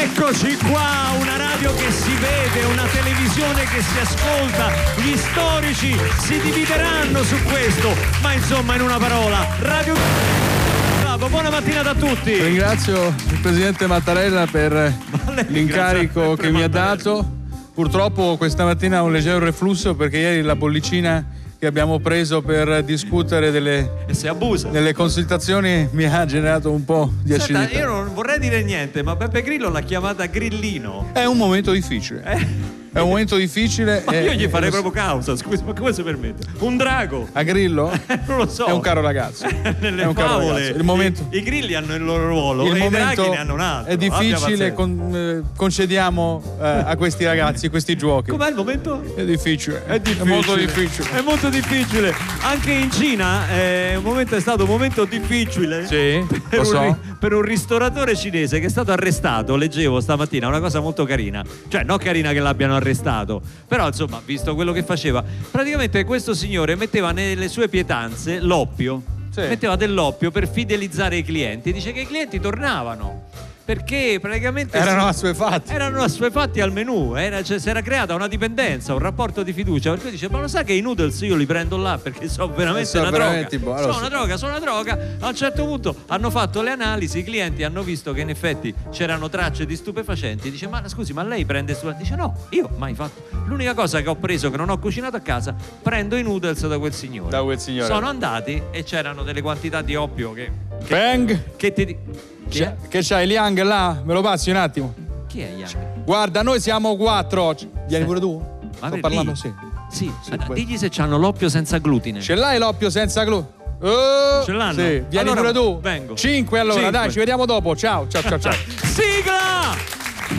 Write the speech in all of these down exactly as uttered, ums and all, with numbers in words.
Eccoci qua, una radio che si vede, una televisione che si ascolta, gli storici si divideranno su questo, ma insomma in una parola, Radio Bravo, buona mattinata a tutti. Ringrazio il presidente Mattarella per l'incarico che mi ha dato. Purtroppo questa mattina ho un leggero reflusso perché ieri la bollicina che abbiamo preso per discutere delle, e se abusa. delle consultazioni mi ha generato un po' di acidità. Senta, io non vorrei dire niente, ma Beppe Grillo l'ha chiamata Grillino. È un momento difficile. Eh? È un momento difficile. Ma io e, gli farei e proprio causa, scusi, ma come si permette? Un drago. A Grillo? Non lo so. È un caro ragazzo. Nelle è un caro favole, ragazzo. Il momento, i, i grilli hanno il loro ruolo il e i momento draghi ne hanno un altro. è difficile, con, eh, concediamo eh, a questi ragazzi questi giochi. Com'è il momento? È difficile. È difficile. È molto difficile. È molto difficile. Anche in Cina eh, un momento è stato un momento difficile. Sì, per, lo so. un, per un ristoratore cinese che è stato arrestato, leggevo stamattina, una cosa molto carina. Cioè, non carina che l'abbiano arrestato, però insomma, visto quello che faceva, praticamente questo signore metteva nelle sue pietanze l'oppio. Sì. Metteva dell'oppio per fidelizzare i clienti. Dice che i clienti tornavano perché praticamente erano si, assuefatti erano assuefatti al menù, era, cioè, si era creata una dipendenza, un rapporto di fiducia, per cui dice: ma lo sa che i noodles io li prendo là perché sono veramente sono una veramente droga, buono, sono sì. una droga, sono una droga. A un certo punto hanno fatto le analisi, i clienti hanno visto che in effetti c'erano tracce di stupefacenti. Dice: ma scusi, ma lei prende stupefacenti? Dice: no, io mai fatto. L'unica cosa che ho preso, che non ho cucinato a casa, prendo i noodles da quel signore. Da quel signore. Sono andati e c'erano delle quantità di oppio che, che Bang! che ti Chi è? Che c'hai Liang là? Me lo passi un attimo? Chi è Yang? Guarda, noi siamo quattro. Vieni pure tu? Ma Sto per parlando lì? sì. Sì, Sì, allora, poi- digli se c'hanno l'oppio senza glutine. Ce l'hai l'oppio senza glutine? Oh, Ce l'hanno? Sì, vieni Allora, pure tu. vengo. Cinque allora, Cinque. dai, ci vediamo dopo. Ciao, ciao, ciao, ciao. Sigla!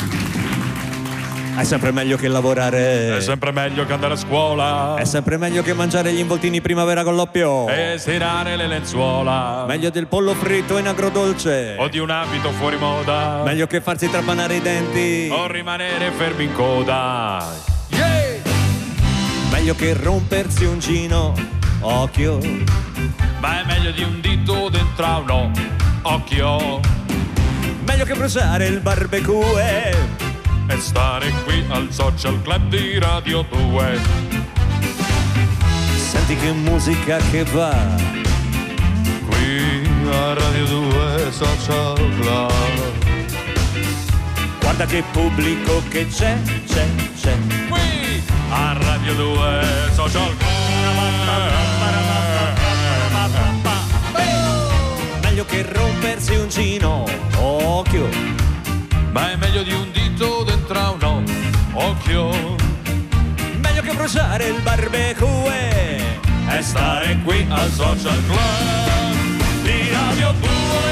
È sempre meglio che lavorare. È sempre meglio che andare a scuola. È sempre meglio che mangiare gli involtini primavera con l'oppio. E stirare le lenzuola. Meglio del pollo fritto in agrodolce. O di un abito fuori moda. Meglio che farsi trapanare i denti. O rimanere fermi in coda. Yeah! Meglio che rompersi un gino. Occhio. Ma è meglio di un dito dentro a uno occhio. Meglio che bruciare il barbecue. E stare qui al social club di Radio due. Senti che musica che va. Qui a Radio due Social Club. Guarda che pubblico che c'è, c'è, c'è. Qui a Radio due Social Club. Meglio che rompersi un gino. Occhio. Ma è meglio di un dito dentro a uno occhio. Meglio che bruciare il barbecue. E stare qui al Social Club di Radio due.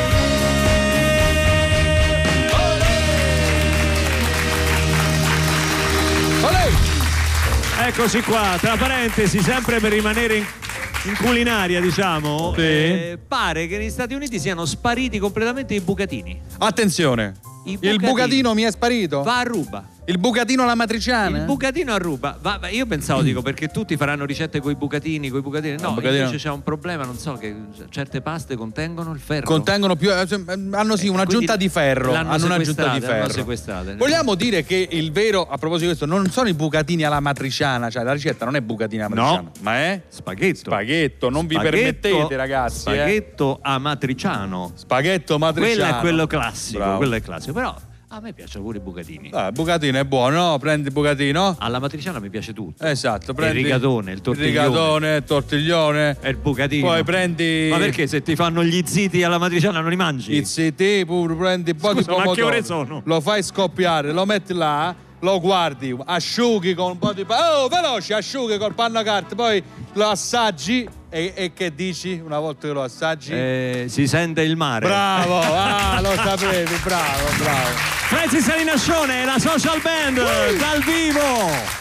Olè! Eccoci qua, tra parentesi, sempre per rimanere in, in culinaria, diciamo. Sì. eh, pare che negli Stati Uniti siano spariti completamente i bucatini. Attenzione. I Il bucatini. bucatino mi è sparito? Va a ruba. Il bucatino alla matriciana? Il bucatino a ruba. Va, va, io pensavo, dico, perché tutti faranno ricette coi bucatini, coi bucatini. No, bucatino. invece c'è un problema, non so, che certe paste contengono il ferro. Contengono più. eh, Hanno sì Eh, un'aggiunta quindi di ferro. l'hanno Hanno un'aggiunta di sequestrate, l'hanno ferro. sequestrate. Vogliamo dire che il vero, a proposito di questo, non sono i bucatini alla matriciana, cioè la ricetta non è bucatini alla matriciana, No. ma è Spaghetto. spaghetto. Non vi Spaghetto- permettete, ragazzi. eh. Spaghetto amatriciano. Spaghetto matriciano. Quello è quello classico, Bravo. quello è classico. Però a me piacciono pure i bucatini. Ah, il bucatino è buono, no? Prendi il bucatino. Alla matriciana mi piace tutto. Esatto, prendi il rigatone, il tortiglione. Il rigatone, il tortiglione. E il bucatino. Poi prendi. Ma perché se ti fanno gli ziti alla matriciana non li mangi? I ziti, pure prendi un po' di Scusa, ma pomodoro. che ore sono? Lo fai scoppiare, lo metti là, lo guardi, asciughi con un po' di. Oh, veloce, asciughi col panno carta, poi lo assaggi. E, e che dici una volta che lo assaggi? Eh, si sente il mare. Bravo, ah, lo sapevi, bravo, bravo. Francis Salinascione, la social band dal vivo.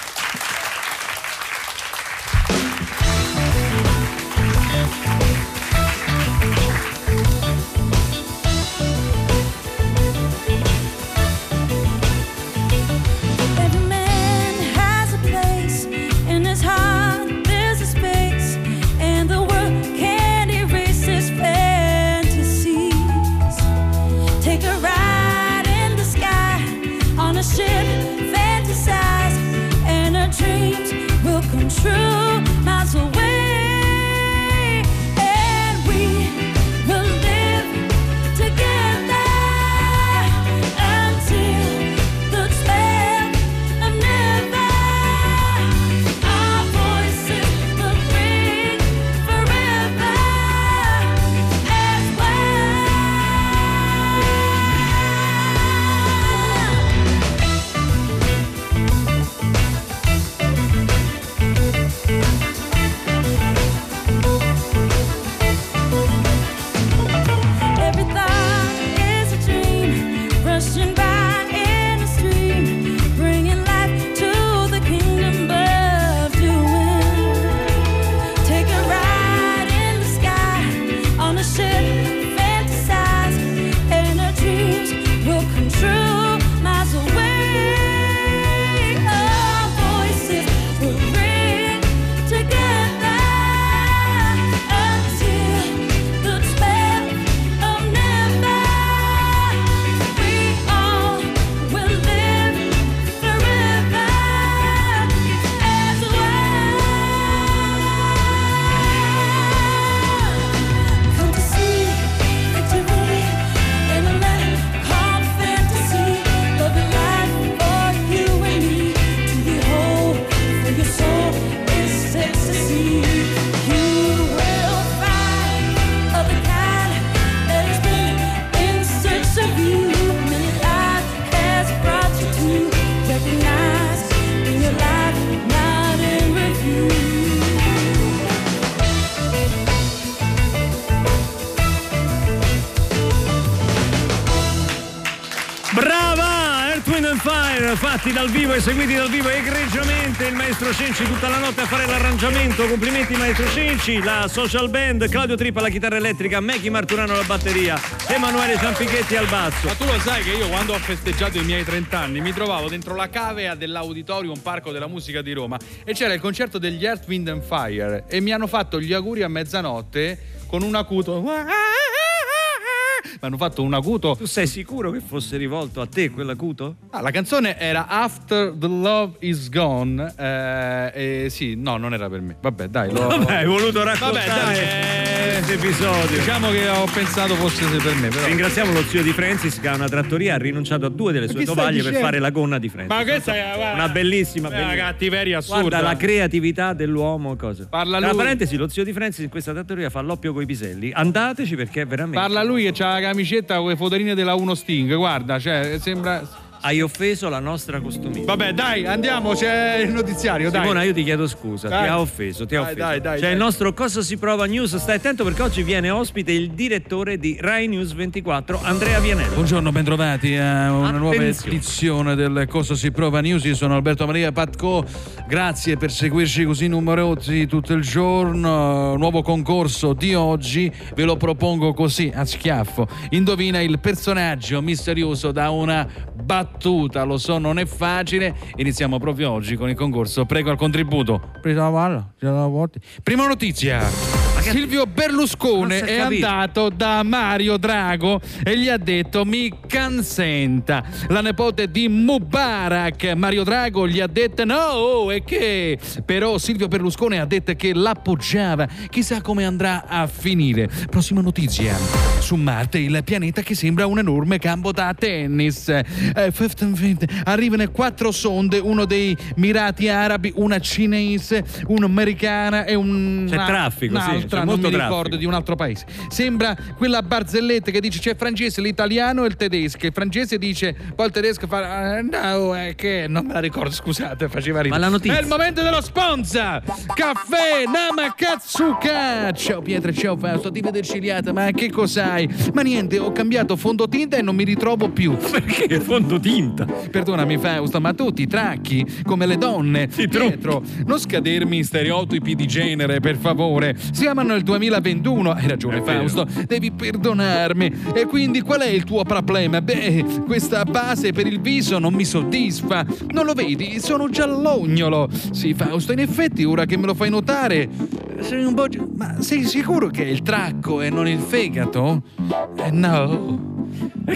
Every man has a place in his heart. There's a space, and the world can't erase his fantasies. Take a ride in the true, miles away. And we will live together until the twelve of never. Our voices will ring forever as every thought is a dream, rushing by in a stream, bringing life to the kingdom of doing. Take a ride in the sky on a ship, fantasize, and our dreams will come true, miles away. Our voices will ring together until the twelve of never. We all will live forever as one. Come to see victory in a land called fantasy. Loving life for you and me. To behold for your soul is ecstasy. You will find of the kind that has been in search of you. Many lives has brought you to recognize in your life, not in review. Brava! Earth, Wind and Fire, fatti dal vivo, eseguiti dal vivo egregiamente. Il maestro Cenci tutta la notte a fare l'arrangiamento. Complimenti maestro Cenci. La social band, Claudio Trippa alla chitarra elettrica, Maggie Marturano alla batteria, Emanuele Ciampighetti al basso. Ma tu lo sai che io quando ho festeggiato i miei trent'anni mi trovavo dentro la cavea dell'Auditorium Parco della Musica di Roma e c'era il concerto degli Earth, Wind and Fire e mi hanno fatto gli auguri a mezzanotte con un acuto. Mi hanno fatto un acuto. Tu sei sicuro che fosse rivolto a te quell'acuto? Ah, la canzone era After the Love is Gone. Eh, eh, sì, no, non era per me. Vabbè, dai. Lo... Vabbè, hai voluto raccontare Vabbè, dai, eh... questo episodio. Diciamo che ho pensato fosse per me. Però. Ringraziamo lo zio di Francis che ha una trattoria, ha rinunciato a due delle sue tovaglie per fare la gonna di Francis. Ma questa è guarda, una bellissima, è bellissima. una cattiveria assurda. Guarda la creatività dell'uomo. Cosa. Parla Tra lui. parentesi, lo zio di Francis in questa trattoria fa l'oppio coi piselli. Andateci perché è veramente. Parla lui che c'ha la camicetta con le fotorine della Uno Sting. Guarda, cioè, sembra. Hai offeso la nostra costumista. Vabbè, dai, andiamo, c'è il notiziario, dai. Simona, io ti chiedo scusa, Dai. ti ha offeso, ti ha Dai, offeso. dai, dai, C'è dai. il nostro Cosa si prova news, stai attento perché oggi viene ospite il direttore di Rai News ventiquattro, Andrea Vianello. Buongiorno, bentrovati a una nuova Attenzione. edizione del Cosa si prova news. Io sono Alberto Maria Patco, grazie per seguirci così numerosi tutto il giorno. Nuovo concorso di oggi, ve lo propongo così a schiaffo. Indovina il personaggio misterioso da una battuta, lo so, non è facile. Iniziamo proprio oggi con il concorso. Prego al contributo. Prima notizia. Silvio Berlusconi Non si è è capito. andato da Mario Drago e gli ha detto mi consenta. La nipote di Mubarak, Mario Drago, gli ha detto no, e che? Però Silvio Berlusconi ha detto che l'appoggiava. Chissà come andrà a finire. Prossima notizia. Su Marte, il pianeta che sembra un enorme campo da tennis. Eh, arrivano quattro sonde, uno dei Emirati Arabi, una cinese, un'americana e un C'è traffico, sì, un'altra, c'è non molto mi ricordo, traffico. di un altro paese. Sembra quella barzelletta che dice c'è il francese, l'italiano e il tedesco. Il francese dice, poi il tedesco fa no, è che non me la ricordo, scusate, faceva ridere. Ma la notizia. È il momento dello sponsor. Caffè Namakatsuka. Ciao Pietro, ciao Fausto, ti vedo ciliata, ma che cos'hai? Ma niente, ho cambiato fondotinta e non mi ritrovo più. Perché fondotinta? Perdonami Fausto, ma tu ti tracchi come le donne. Pietro, non scadermi in stereotipi di genere, per favore. Siamo nel duemilaventuno. Hai ragione Fausto, devi perdonarmi. E quindi qual è il tuo problema? Beh, questa base per il viso non mi soddisfa. Non lo vedi? Sono giallognolo. Sì Fausto, in effetti ora che me lo fai notare sei un po'... gi- Ma sei sicuro che è il tracco e non il fegato? Eh no. Perché?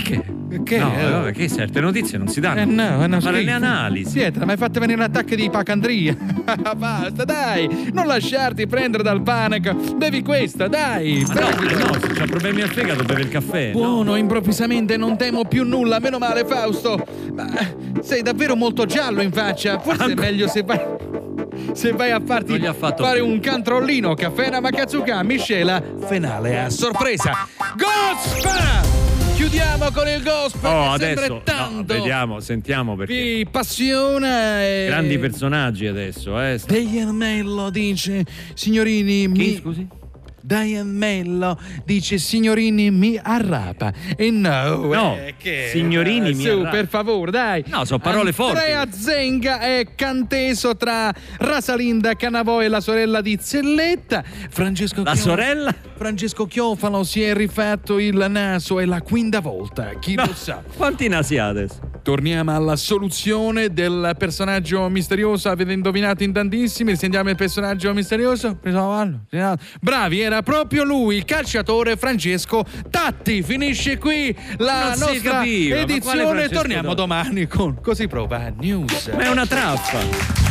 Che? No, eh, vabbè, che certe notizie non si danno. Eh no, è una Fare le schifo. analisi. Pietra, mi hai fatto venire un attacco di ipocondria. Basta, dai, non lasciarti prendere dal panico. Bevi questa, dai. Ma no, prego. no, se c'ha problemi al fegato beve il caffè. Buono, improvvisamente non temo più nulla, meno male Fausto. Ma sei davvero molto giallo in faccia. Forse è meglio se vai se vai a farti Non gli ha fatto fare bene. un controllino caffè Namakatsuka, miscela finale a sorpresa. Gospa! Chiudiamo con il gospel. Oh, è sempre adesso no, tanto vediamo, sentiamo perché. vi passiona e... Grandi personaggi adesso, eh. Diane Mello dice signorini Chi, mi... scusi? Diane Mello dice signorini mi arrapa e no, No, eh, che signorini eh, mi su, arrapa. per favore dai. No, sono parole forti. Andrea Zenga è canteso tra Rasalinda Canavò e la sorella di Zelletta. Francesco La Chio- sorella? Francesco Chiofalo si è rifatto il naso, è la quinta volta, chi No. lo sa. Quanti nasi ha adesso? Torniamo alla soluzione del personaggio misterioso. Avete indovinato in tantissimi. Sentiamo il personaggio misterioso. Bravi, era proprio lui, il calciatore Francesco Tatti. Finisce qui la Non si nostra capiva, ma quale edizione. Francesco Torniamo Tatti? domani con Così Prova News. Ma è una trappa.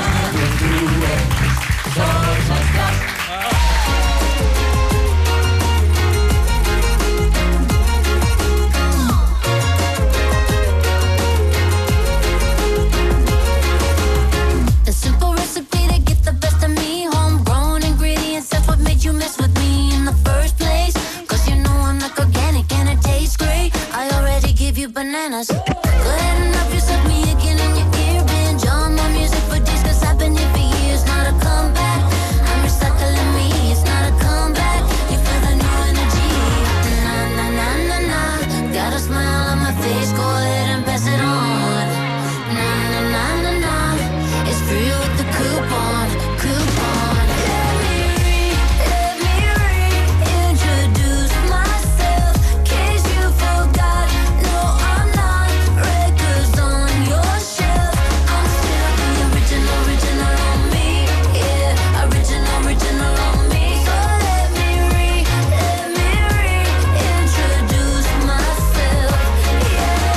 The simple recipe to get the best of me. Homegrown ingredients, that's what made you mess with me in the first place. Cause you know I'm like organic and it tastes great. I already give you bananas. Go ahead and wrap yourself me again in your ear. Binge on my music for days cause I've been here for years. Not a comeback, I'm recycling me. It's not a comeback, you feel the new energy. Na na na na na, got a smile on my face. Go ahead and pass it on. Na na na na na, it's free with the coupon, coupon. Let me re, let me reintroduce myself. Case you forgot, no I'm not. Records on your shelf. I'm still the original, original on me. Yeah, original, original on me. So let me re, let me reintroduce myself. Yeah.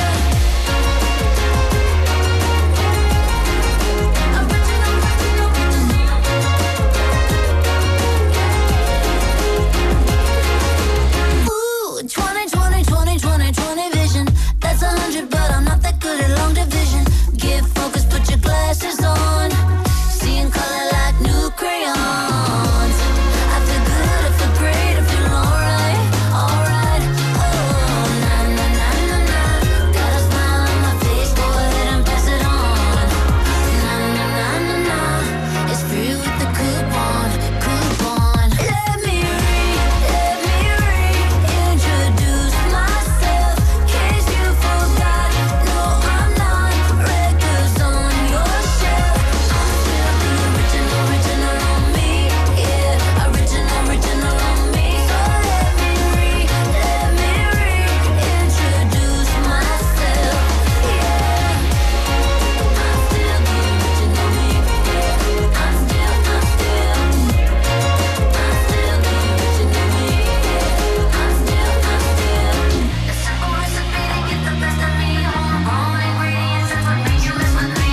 Ooh, twenty, twenty, twenty, twenty, twenty vision. That's a hundred, but I'm not that good at long division. Get focused, put your glasses on. Seeing color like new crayons. I feel good, I feel great, I feel alright, alright. Oh, na na na na na. Got a smile on my face, go ahead and pass it on. Na na na na na. It's free with the coupon, coupon. Let me re, let me reintroduce myself. Case you forgot, no I'm not. Records on your shelf. I'm still the original, original on me. Yeah, original, original on me. So let me re, let me reintroduce myself. Yeah. I'm still the original me. Yeah. I'm still, I'm still. I'm still the original me. Yeah. I'm still, I'm still. The simple recipe to get the best of me. Homegrown ingredients, that's what made you mess with me.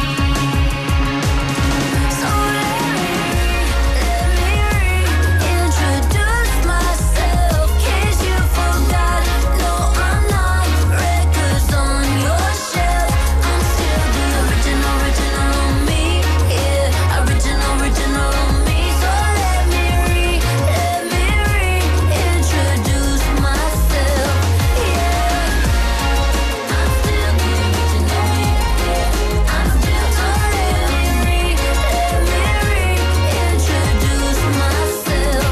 So let me, let me reintroduce myself. Case you forgot, no I'm not. Records on your shelf. I'm still the original, original on me. Yeah, original, original on me. So let me re, let me reintroduce myself. Yeah, I'm still the original me. Yeah, I'm still, so let me re, let me reintroduce myself.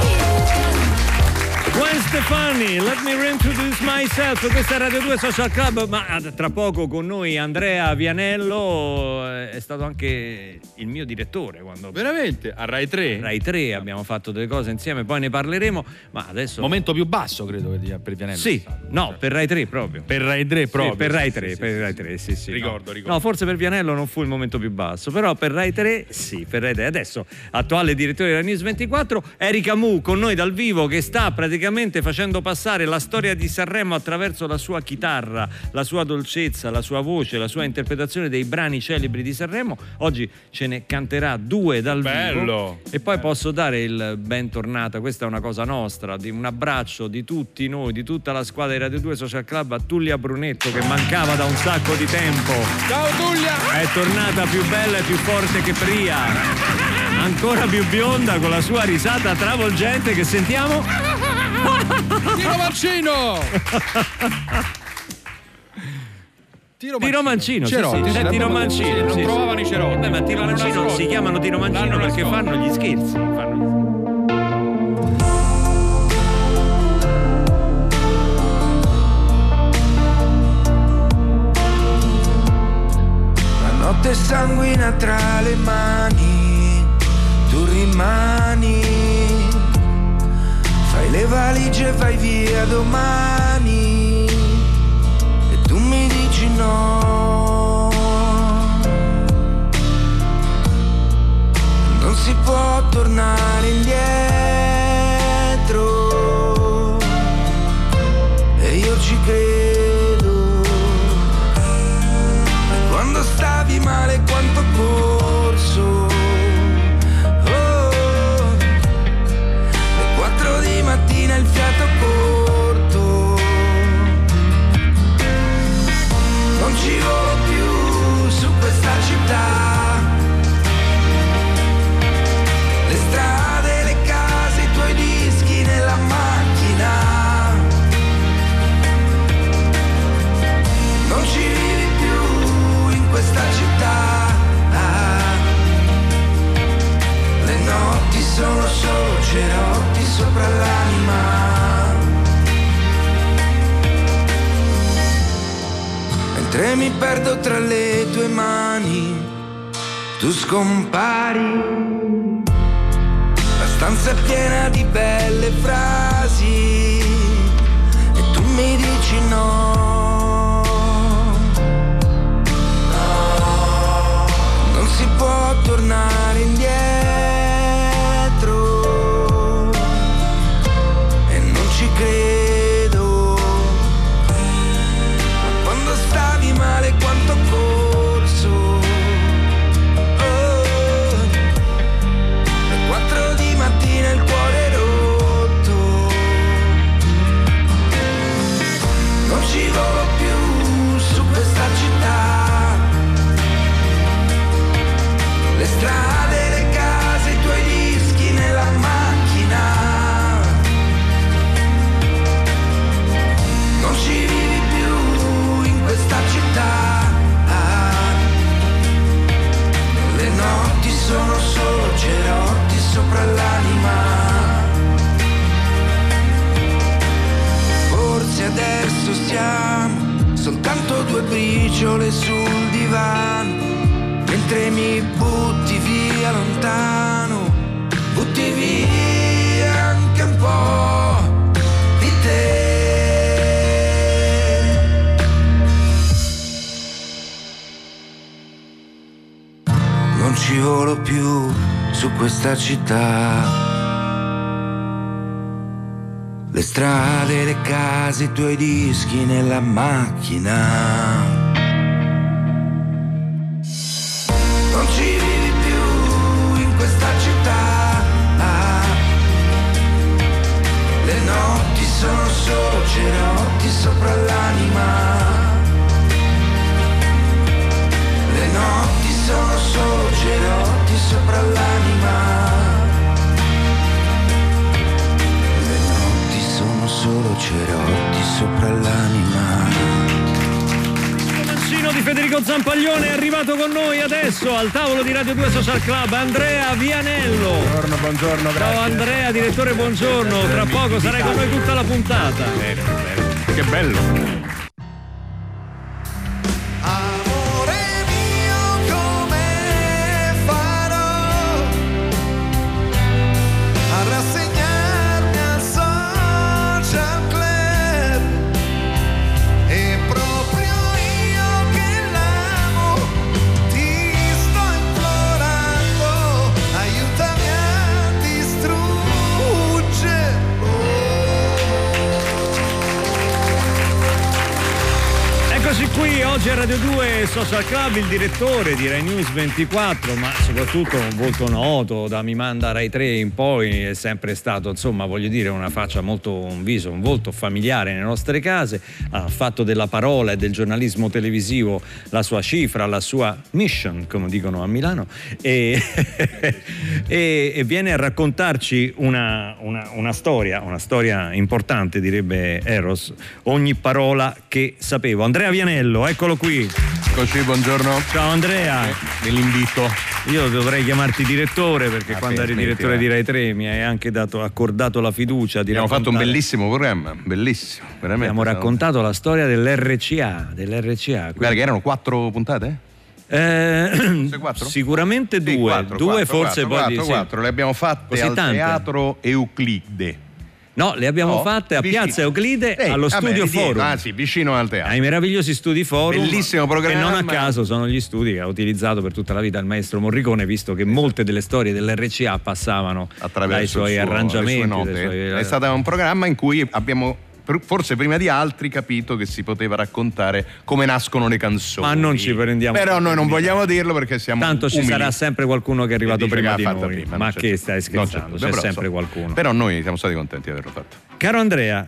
Yeah. Gwen Stefani, let me reintroduce myself. Questa è Radio due Social Club, ma tra poco con noi Andrea Vianello, eh, è stato anche il mio direttore quando Veramente? A Rai tre? Rai tre abbiamo fatto delle cose insieme, poi ne parleremo, ma adesso Momento più basso, credo, per per Vianello. sì, no, per Rai tre proprio. Per Rai tre proprio. Sì, per Rai Sì, tre, sì, per sì, Rai sì. tre, sì, sì. Ricordo, no. ricordo. No, forse per Vianello non fu il momento più basso, però per Rai tre sì, per Rai tre. Adesso attuale direttore della News ventiquattro, Erika Mu con noi dal vivo che sta praticamente facendo passare la storia di Sanremo Sanremo attraverso la sua chitarra, la sua dolcezza, la sua voce, la sua interpretazione dei brani celebri di Sanremo. Oggi ce ne canterà due dal Bello. vivo e poi posso dare il bentornata, questa è una cosa nostra, di un abbraccio di tutti noi, di tutta la squadra di Radio due Social Club a Tullia Brunetto che mancava da un sacco di tempo. Ciao Tullia! È tornata più bella e più forte che Pria, ancora più bionda con la sua risata travolgente che sentiamo. Tiro Mancino! Tiro Mancino, sì, Cerotti, sì, sì, c'è Tiro l'abbiamo- Mancino. sì, non sì, sì. trovavano i Cerotti. Beh, ma Tiro L'hanno Mancino nascosto. si chiamano Tiro Mancino L'hanno perché nascosto. fanno gli scherzi. Fanno... La notte sanguina tra le mani, tu rimani, fai le valigie e vai via domani e tu mi dici no. Non si può tornare indietro e io ci credo. E quando stavi male quanto ho corso, oh, le quattro di mattina il fiato corto, non ci volo più su questa città. Le strade, le case, i tuoi dischi nella macchina. Non ci vivi più in questa città. Le notti sono solo cerotti sopra l'anima. Mentre mi perdo tra le tue mani, tu scompari. La stanza è piena di belle frasi e tu mi dici no. No. Non si può tornare indietro e non ci credo. Ma quando stavi male quanto ho corso, oh, le quattro di mattina il cuore rotto, non ci volo più su questa città. Le strade, le case, i tuoi dischi nella macchina. Non ci vivi più in questa città. Le notti sono solo cerotti sopra l'anima. Forse adesso siamo soltanto due briciole sul divano, mentre mi butti via lontano, butti via anche un po' di te. Non ci volo più su questa città. Le strade, le case, i tuoi dischi nella macchina. Non ci vivi più in questa città. Le notti sono solo cerotti sopra l'anima. Le notti sono solo cerotti sopra l'anima. Le notti sono solo cerotti sopra l'anima. Mancino di Federico Zampaglione è arrivato con noi adesso al tavolo di Radio due Social Club, Andrea Vianello. Buongiorno, buongiorno, grazie. Ciao Andrea, direttore, buongiorno. Tra poco sarai con noi tutta la puntata. Bene, bene. Che bello. Eccoci qui, oggi a Radio due Social Club, il direttore di Rai News ventiquattro, ma soprattutto un volto noto, da Mi Manda Rai tre in poi è sempre stato, insomma, voglio dire, una faccia molto, un viso, un volto familiare nelle nostre case, ha fatto della parola e del giornalismo televisivo la sua cifra, la sua mission, come dicono a Milano, e, e, e viene a raccontarci una, una, una storia, una storia importante, direbbe Eros, ogni parola che sapevo. Andrea Vianello, eccolo qui. Eccoci, buongiorno. Ciao Andrea. Eh, dell'invito. Io dovrei chiamarti direttore perché Ah, quando sì, eri smetti, direttore va. di Rai tre mi hai anche dato, accordato la fiducia di Abbiamo fatto un raccontare- bellissimo programma, bellissimo, veramente. Abbiamo Siamo- raccontato la storia dell'R C A, dell'R C A. Guarda che erano quattro puntate? Eh, Forse quattro? sicuramente Sì, due, quattro, due quattro, forse quattro, poi quattro, di- sì. quattro. Le abbiamo fatte Così al tante? Teatro Euclide. No, le abbiamo No, fatte a vicino. Piazza Euclide Eh, allo vabbè, Studio lì dietro. Forum. Ah sì, vicino al teatro. Ai meravigliosi studi Forum, Bellissimo programma. che non a caso sono gli studi che ha utilizzato per tutta la vita il maestro Morricone, visto che molte delle storie dell'R C A passavano Attraverso dai suoi il suo- arrangiamenti, le sue dai note. suoi- È stato un programma in cui abbiamo pr- forse prima di altri capito che si poteva raccontare come nascono le canzoni. Ma non ci prendiamo Però noi non per vogliamo dirlo perché siamo Tanto ci umili. sarà sempre qualcuno che è arrivato E dice prima che di l'ha fatta noi. prima, Ma non c'è che dubbio. stai Non c'è scherzando? dubbio, C'è però, sempre insomma, qualcuno. Però noi siamo stati contenti di averlo fatto. Caro Andrea,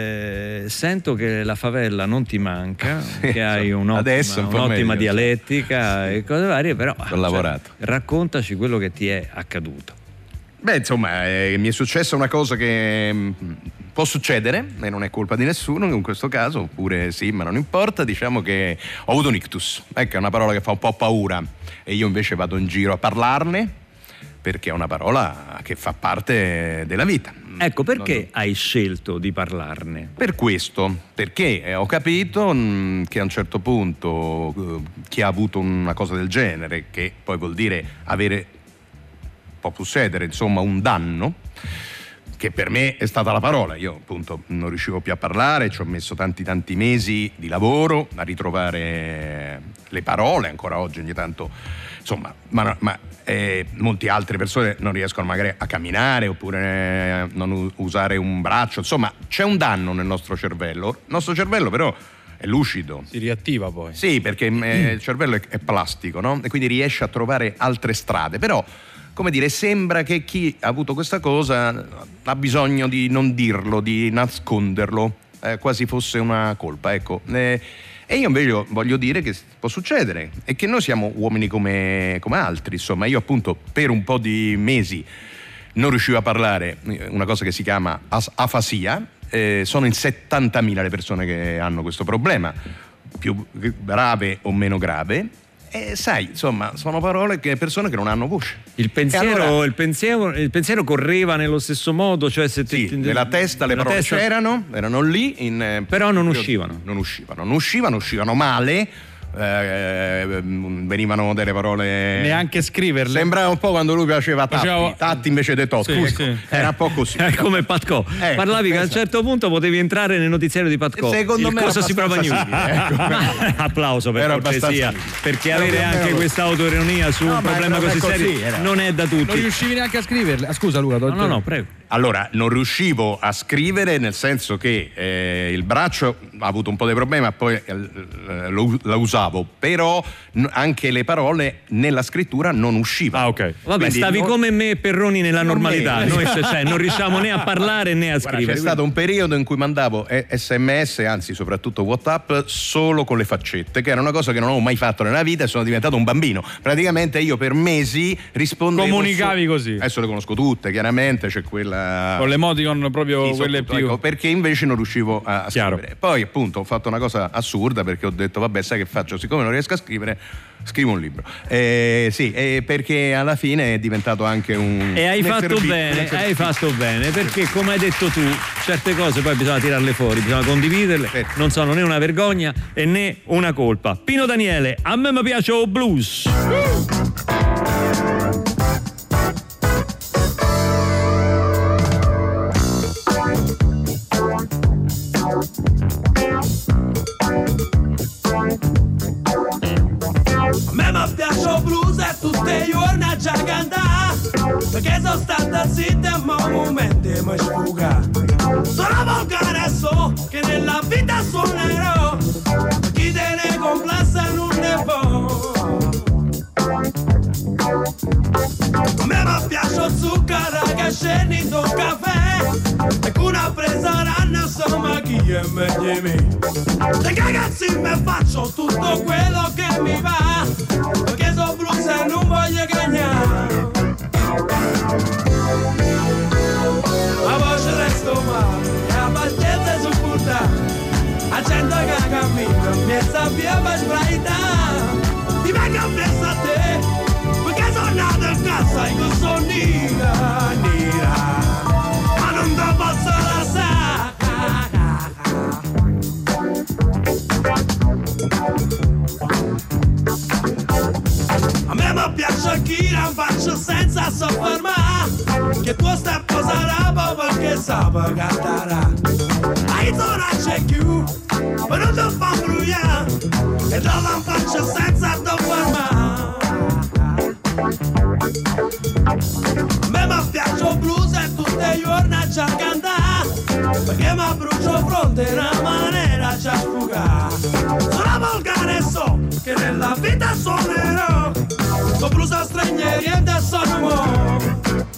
eh, sento che la favela non ti manca, Sì, che hai un'ottima, adesso un po' un'ottima meglio, dialettica e cose varie, però Ho lavorato. raccontaci quello che ti è accaduto. Beh, insomma, eh, mi è successa una cosa che mh, può succedere e non è colpa di nessuno in questo caso, oppure sì, ma non importa. Diciamo che ho avuto un ictus. Ecco, è una parola che fa un po' paura e io invece vado in giro a parlarne perché è una parola che fa parte della vita. Ecco, perché Non- hai scelto di parlarne? Per questo, perché eh, ho capito mh, che a un certo punto eh, chi ha avuto una cosa del genere, che poi vuol dire avere, può succedere, insomma, un danno, che per me è stata la parola. Io appunto non riuscivo più a parlare, ci ho messo tanti tanti mesi di lavoro a ritrovare le parole, ancora oggi ogni tanto, insomma, ma, ma eh, molte altre persone non riescono magari a camminare oppure eh, non u- usare un braccio, insomma c'è un danno nel nostro cervello. Il nostro cervello però è lucido. Si riattiva poi. Sì, perché eh, il cervello è, è plastico, no? E quindi riesce a trovare altre strade. Però, come dire, sembra che chi ha avuto questa cosa ha bisogno di non dirlo, di nasconderlo, eh, quasi fosse una colpa, ecco. Eh, e io invece voglio dire che può succedere e che noi siamo uomini come, come altri. Insomma, io appunto per un po' di mesi non riuscivo a parlare, una cosa che si chiama as- afasia. Eh, sono in settantamila le persone che hanno questo problema, più grave o meno grave. E sai, insomma, sono parole che persone che non hanno voce. Il pensiero, E allora- il pensiero, il pensiero correva nello stesso modo, cioè se ti- Sì, nella testa le nella parole testa- c'erano, erano lì, in, eh, Però non io- uscivano. Non uscivano, non uscivano, uscivano male, eh, venivano delle parole. Neanche scriverle. Sembrava un po' quando lui faceva Tatti, Faceva- Tatti invece dei Totti. Sì, ecco, sì. Era un po' così. È come Patco. Eh, Parlavi che a un esatto. certo punto potevi entrare nel notiziario di Patco. Secondo Il me era cosa si prova news. abbastanza simile, ecco. Applauso per Era cortesia, abbastanza- perché Era avere più o anche meno- questa autoironia su No, un ma problema era così così, serio era. non è da tutti. Non riuscivi neanche a scriverle. Ah, scusa Luca, No, no, no, prego. Allora, non riuscivo a scrivere nel senso che eh, il braccio ha avuto un po' di problemi, ma poi eh, lo, la usavo, però n- anche le parole nella scrittura non uscivano. Ah, ok. Vabbè, Quindi stavi non- come me e Perroni nella Non normalità. me. Noi se- cioè, non riusciamo né a parlare né a Guarda, scrivere. c'è stato un periodo in cui mandavo eh, sms, anzi soprattutto WhatsApp, solo con le faccette, che era una cosa che non avevo mai fatto nella vita e sono diventato un bambino. Praticamente io per mesi rispondevo. Comunicavi su- così. Adesso le conosco tutte, chiaramente, c'è quella. Con l'emoticon proprio Sì, quelle sotto- più. ecco, perché invece non riuscivo a, a Chiaro. scrivere. Poi appunto ho fatto una cosa assurda perché ho detto vabbè, sai che faccio, siccome non riesco a scrivere scrivo un libro. Eh, sì, eh, perché alla fine è diventato anche un E hai un fatto esercizio- un bene, esercizio. hai fatto bene, perché come hai detto tu, certe cose poi bisogna tirarle fuori, bisogna condividerle, Sì. non sono né una vergogna e né una colpa. Pino Daniele, a me mi piace il blues. A me mi piace il blues e tutti i giorni a già cantare, perché sono stata zitta ma un momento mi sfuga. Sono volgare so che nella vita suonerò, chi te ne scendi in un caffè e con una presa ranno insomma chi è meglio me. Le ragazzi me faccio tutto quello che mi va, perché sono blues e non voglio cagnare. Ma voce resto male e a pazienza su puttana, a gente che cammina mezza via per sbraità. Ti vengo appresso a te, perché sono nato in casa e che sono nera, nera, ma non te posso lasciare. A me mi piace chi la faccio senza soffermare, che tu stai posando perché sape cantare. Hai zona c'è più, ma non ti fa brugliare, e te la faccio senza soffermare. A me mi piace il blues e tutte le giorni c'è cantare, perché mi brucio fronte in una maniera c'è sfugare. Sono volgare e so che nella vita suonerò, sono blues a stranieri e da sono mo.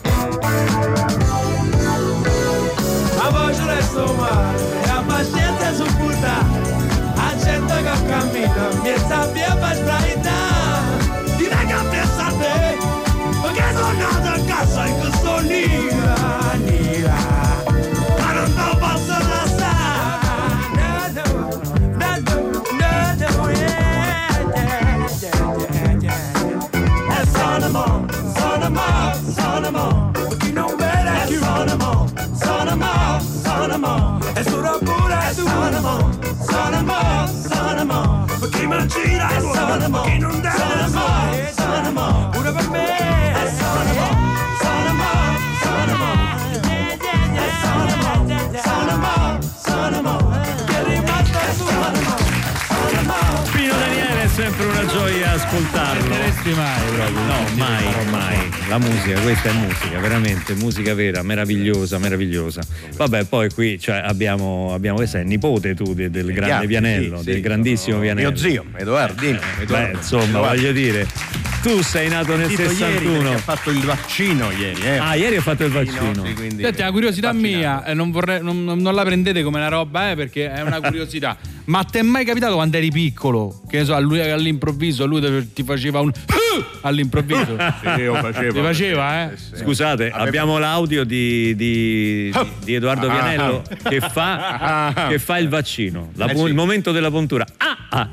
A voce resto male e a pazienza su puttana, a gente che cammina mezza via per sbraitare. Ti vengo appresso a te, perché sono nato a casa e che sono nera, nera, ma non te posso lasciare. No, no, no, no, no, yeah, yeah, yeah, yeah, yeah. E sono mo, sono mo, sono mo, chi non vede più. Sono mo, sono mo, sono mo, e sono pure tu. Sono mo, sono mo, sono mo, per chi mi gira e sono mo, chi non deve mai. Sono mo, pure per me. E sono mo, sono mo, sono mo, e sono mo, sono mo, sono mo, che è rimasto tu. Sono mo, sono mo. Pino Daniele è sempre una gioia ascoltarlo. Non saresti mai proprio. No, mai, mai. La musica, questa è musica, veramente, musica vera, meravigliosa, meravigliosa. Vabbè, poi qui cioè, abbiamo, abbiamo questo è il nipote tu de- del grande Chiaro, Vianello, sì, del sì, grandissimo no, Vianello. mio zio, Edoardino. Beh, insomma, voglio dire, tu sei nato nel Ieri sessantuno. ha fatto il vaccino ieri, eh. Ah, ieri ho fatto il vaccino. Sì, quindi Senti, una curiosità vaccinato. mia, eh, non, vorrei, non, non la prendete come una roba, eh, perché è una curiosità. Ma ti è mai capitato quando eri piccolo? Che ne so, a lui all'improvviso, lui te- ti faceva un all'improvviso? Sì, io facevo. Ti faceva, eh? Sì, sì. Scusate, Avevo- abbiamo l'audio di, di, di- di Edoardo Ah. Vianello che fa, Ah. che fa il vaccino, la Eh, pu- sì. il momento della puntura. Ah,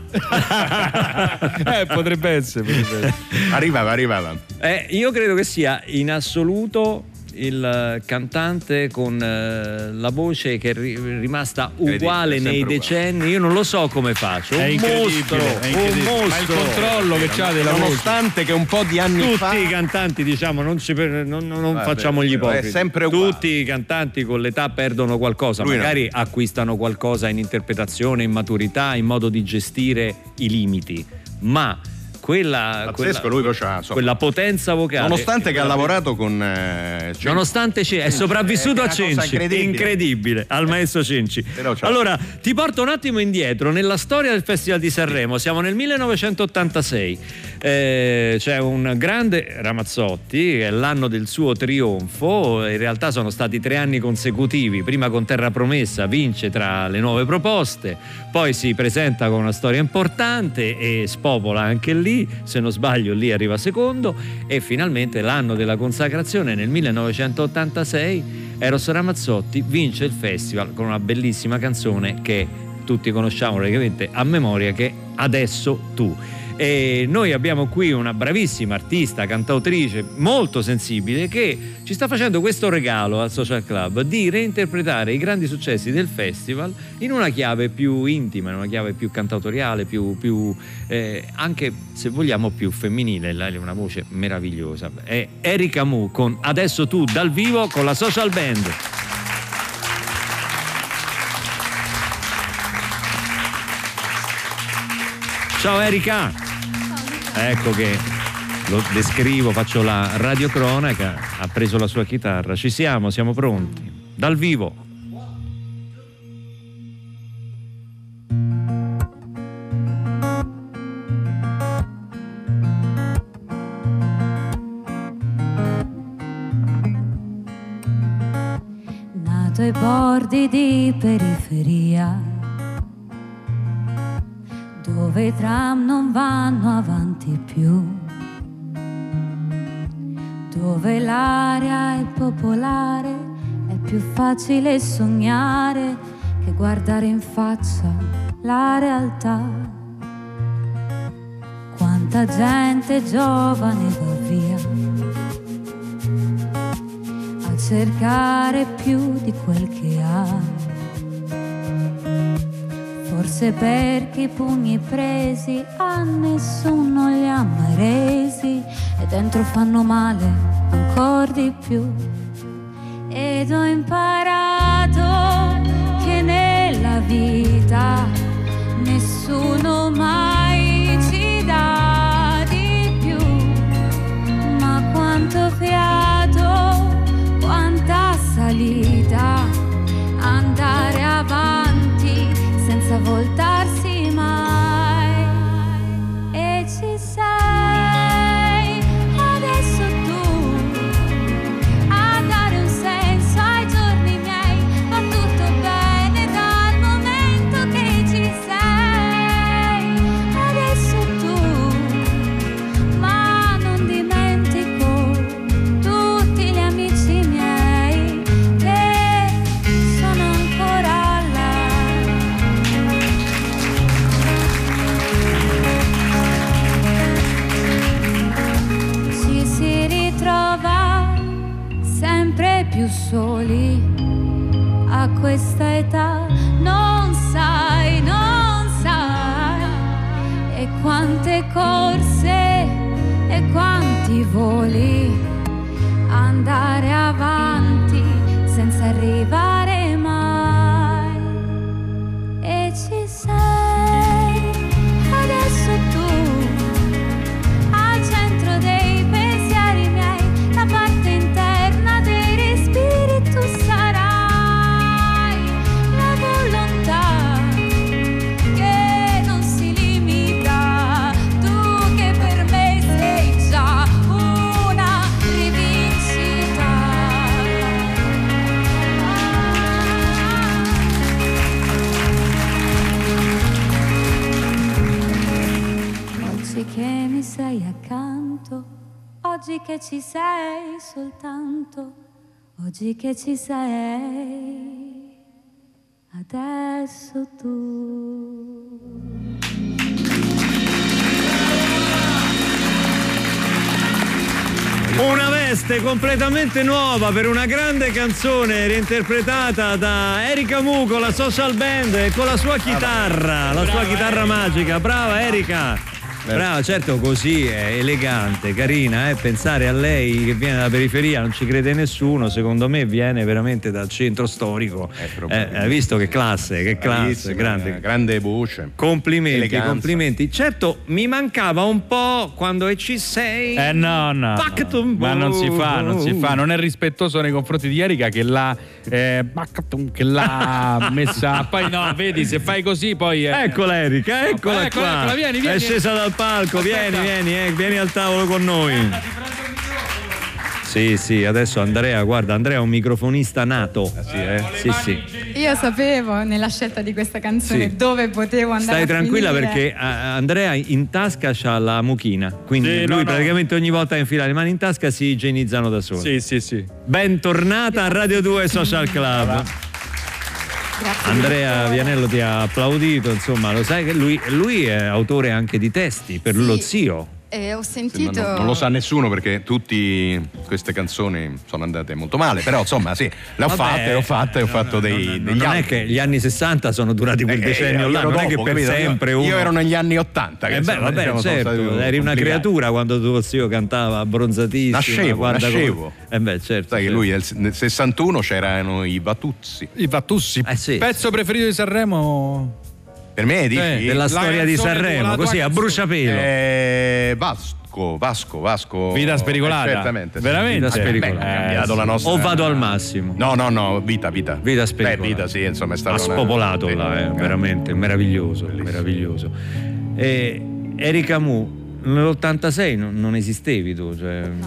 ah. Eh, potrebbe essere, potrebbe essere. Arrivava, arrivava. Eh, io credo che sia in assoluto il eh, cantante con eh, la voce che è ri- rimasta uguale è sempre nei uguale. decenni. Io non lo so come faccio. È Un incredibile, mostro, è un incredibile. Ma il mostro. controllo che c'ha della voce. Nonostante che un po' di anni Tutti fa i cantanti, diciamo, non, ci per- non, non- non Vabbè, facciamo gli però è ipocriti. sempre uguale. Tutti i cantanti con l'età perdono qualcosa, Lui no. magari acquistano qualcosa in interpretazione, in maturità, in modo di gestire i limiti. Ma quella, pazzesco, quella, lui però c'ha, insomma, quella potenza vocale. nonostante che ha veramente- lavorato con eh, Cenci. Nonostante Ce- è sopravvissuto È a una cosa Cenci, incredibile. incredibile, al maestro Cenci. Però c'ha- Allora, ti porto un attimo indietro nella storia del Festival di Sanremo. Siamo nel millenovecentottantasei. Eh, c'è un grande Ramazzotti, è l'anno del suo trionfo. In realtà sono stati tre anni consecutivi. Prima con Terra Promessa vince tra le nuove proposte, poi si presenta con una storia importante e spopola anche lì. Se non sbaglio, lì arriva secondo. E finalmente l'anno della consacrazione nel millenovecentottantasei Eros Ramazzotti vince il festival con una bellissima canzone che tutti conosciamo praticamente a memoria, che è Adesso tu. E noi abbiamo qui una bravissima artista, cantautrice molto sensibile, che ci sta facendo questo regalo al Social Club di reinterpretare i grandi successi del festival in una chiave più intima, in una chiave più cantautoriale, più, più eh, anche se vogliamo più femminile. Lei ha una voce meravigliosa. È Erika Mu con Adesso tu dal vivo con la Social Band. Ciao Erika. Ecco che lo descrivo, faccio la radiocronaca, ha preso la sua chitarra, ci siamo, siamo pronti, dal vivo. ai bordi di periferia, dove i tram non vanno avanti più, dove l'aria è popolare, è più facile sognare che guardare in faccia la realtà. Quanta gente giovane va via a cercare più di quel che ha, forse perché i pugni presi a nessuno li ha mai resi e dentro fanno male ancora di più. Ed ho imparato che nella vita nessuno mai ci dà di più, ma quanto fiato, quanta salita, andare avanti senza voltarsi mai. E ci sei adesso tu a dare un senso ai giorni miei. Va tutto bene dal momento che ci sei adesso tu, ma non dimentico tutti gli amici miei che sono ancora là. Ci si ritrova sempre più soli a questa età, non sai, non sai, e quante corse e quanti voli, andare avanti senza arrivare mai. E ci sei adesso tu al centro dei pensieri miei, la parte interna dei respiri. Tu sarai la volontà che non si limita, tu che per me sei già una rivincita. Oggi che mi sei accanto, oggi che ci sei soltanto, oggi che ci sei adesso tu. Una veste completamente nuova per una grande canzone reinterpretata da Erika Mu con la Social Band e con la sua chitarra, la sua chitarra magica. Brava Erika! Brava, certo, così è elegante, carina, eh? Pensare a lei che viene dalla periferia, non ci crede nessuno, secondo me viene veramente dal centro storico. Eh, hai visto che classe, che classe, grande. grande voce. Complimenti, Eleganza. complimenti. Certo, mi mancava un po' quando e ci sei. Eh no, no, no. Ma non si fa, non si fa, non è rispettoso nei confronti di Erika che l'ha eh, che l'ha messa. Poi no, vedi, se fai così poi eh. Eccola Erika, eccola, eccola, qua. eccola, vieni, vieni. È scesa dal palco, Aspetta. vieni, vieni, eh, vieni al tavolo con noi. Sì, sì, adesso Andrea, guarda, Andrea è un microfonista nato. Sì, eh? Sì, sì. Io sapevo nella scelta di questa canzone Sì. dove potevo andare Stai a tranquilla finire. perché a- Andrea in tasca c'ha la mucchina, quindi Sì, lui no, no. praticamente ogni volta che infila le mani in tasca si igienizzano da soli. Sì, sì, sì. Bentornata a Radio due Social Club. Grazie. Andrea Vianello ti ha applaudito, insomma, lo sai che lui, lui è autore anche di testi per Sì. lo zio. Eh, ho Sì, ma sentito. non, non lo sa nessuno perché tutte queste canzoni sono andate molto male, però insomma sì, le ho Vabbè, fatte, le ho fatte, ho fatto dei, non, degli non è altri. che gli anni sessanta sono durati quel Eh, decennio io là, ero non è che dopo, per capito? sempre io, uno. io ero negli anni ottanta che Eh beh, insomma, vabbè, diciamo, sono certo, stati eri una complicati. creatura quando tuo zio cantava abbronzatissimo. Nascevo, guarda nascevo. come- Eh beh, certo. Sai che certo. lui nel, nel sessantuno c'erano i Vatuzzi. I Vattussi. Eh sì. Pezzo preferito di Sanremo? Per me dici? Eh, della La storia di canzone tua, Sanremo, la tua così a canzone. bruciapelo. Eh, Vasco, Vasco, Vasco. Vita spericolata. Eh, certamente. sì. Veramente? Vita spericolata. Beh, ha cambiato Eh, la sì. nostra. O vado al massimo. No, no, no, vita, vita. Vita spericolata. Beh, vita, sì, insomma, è stato Ha una- spopolato sì, là, eh, grande. veramente meraviglioso, meraviglioso. E Erika Mu, nell'ottantasei non, non esistevi tu, cioè, mm,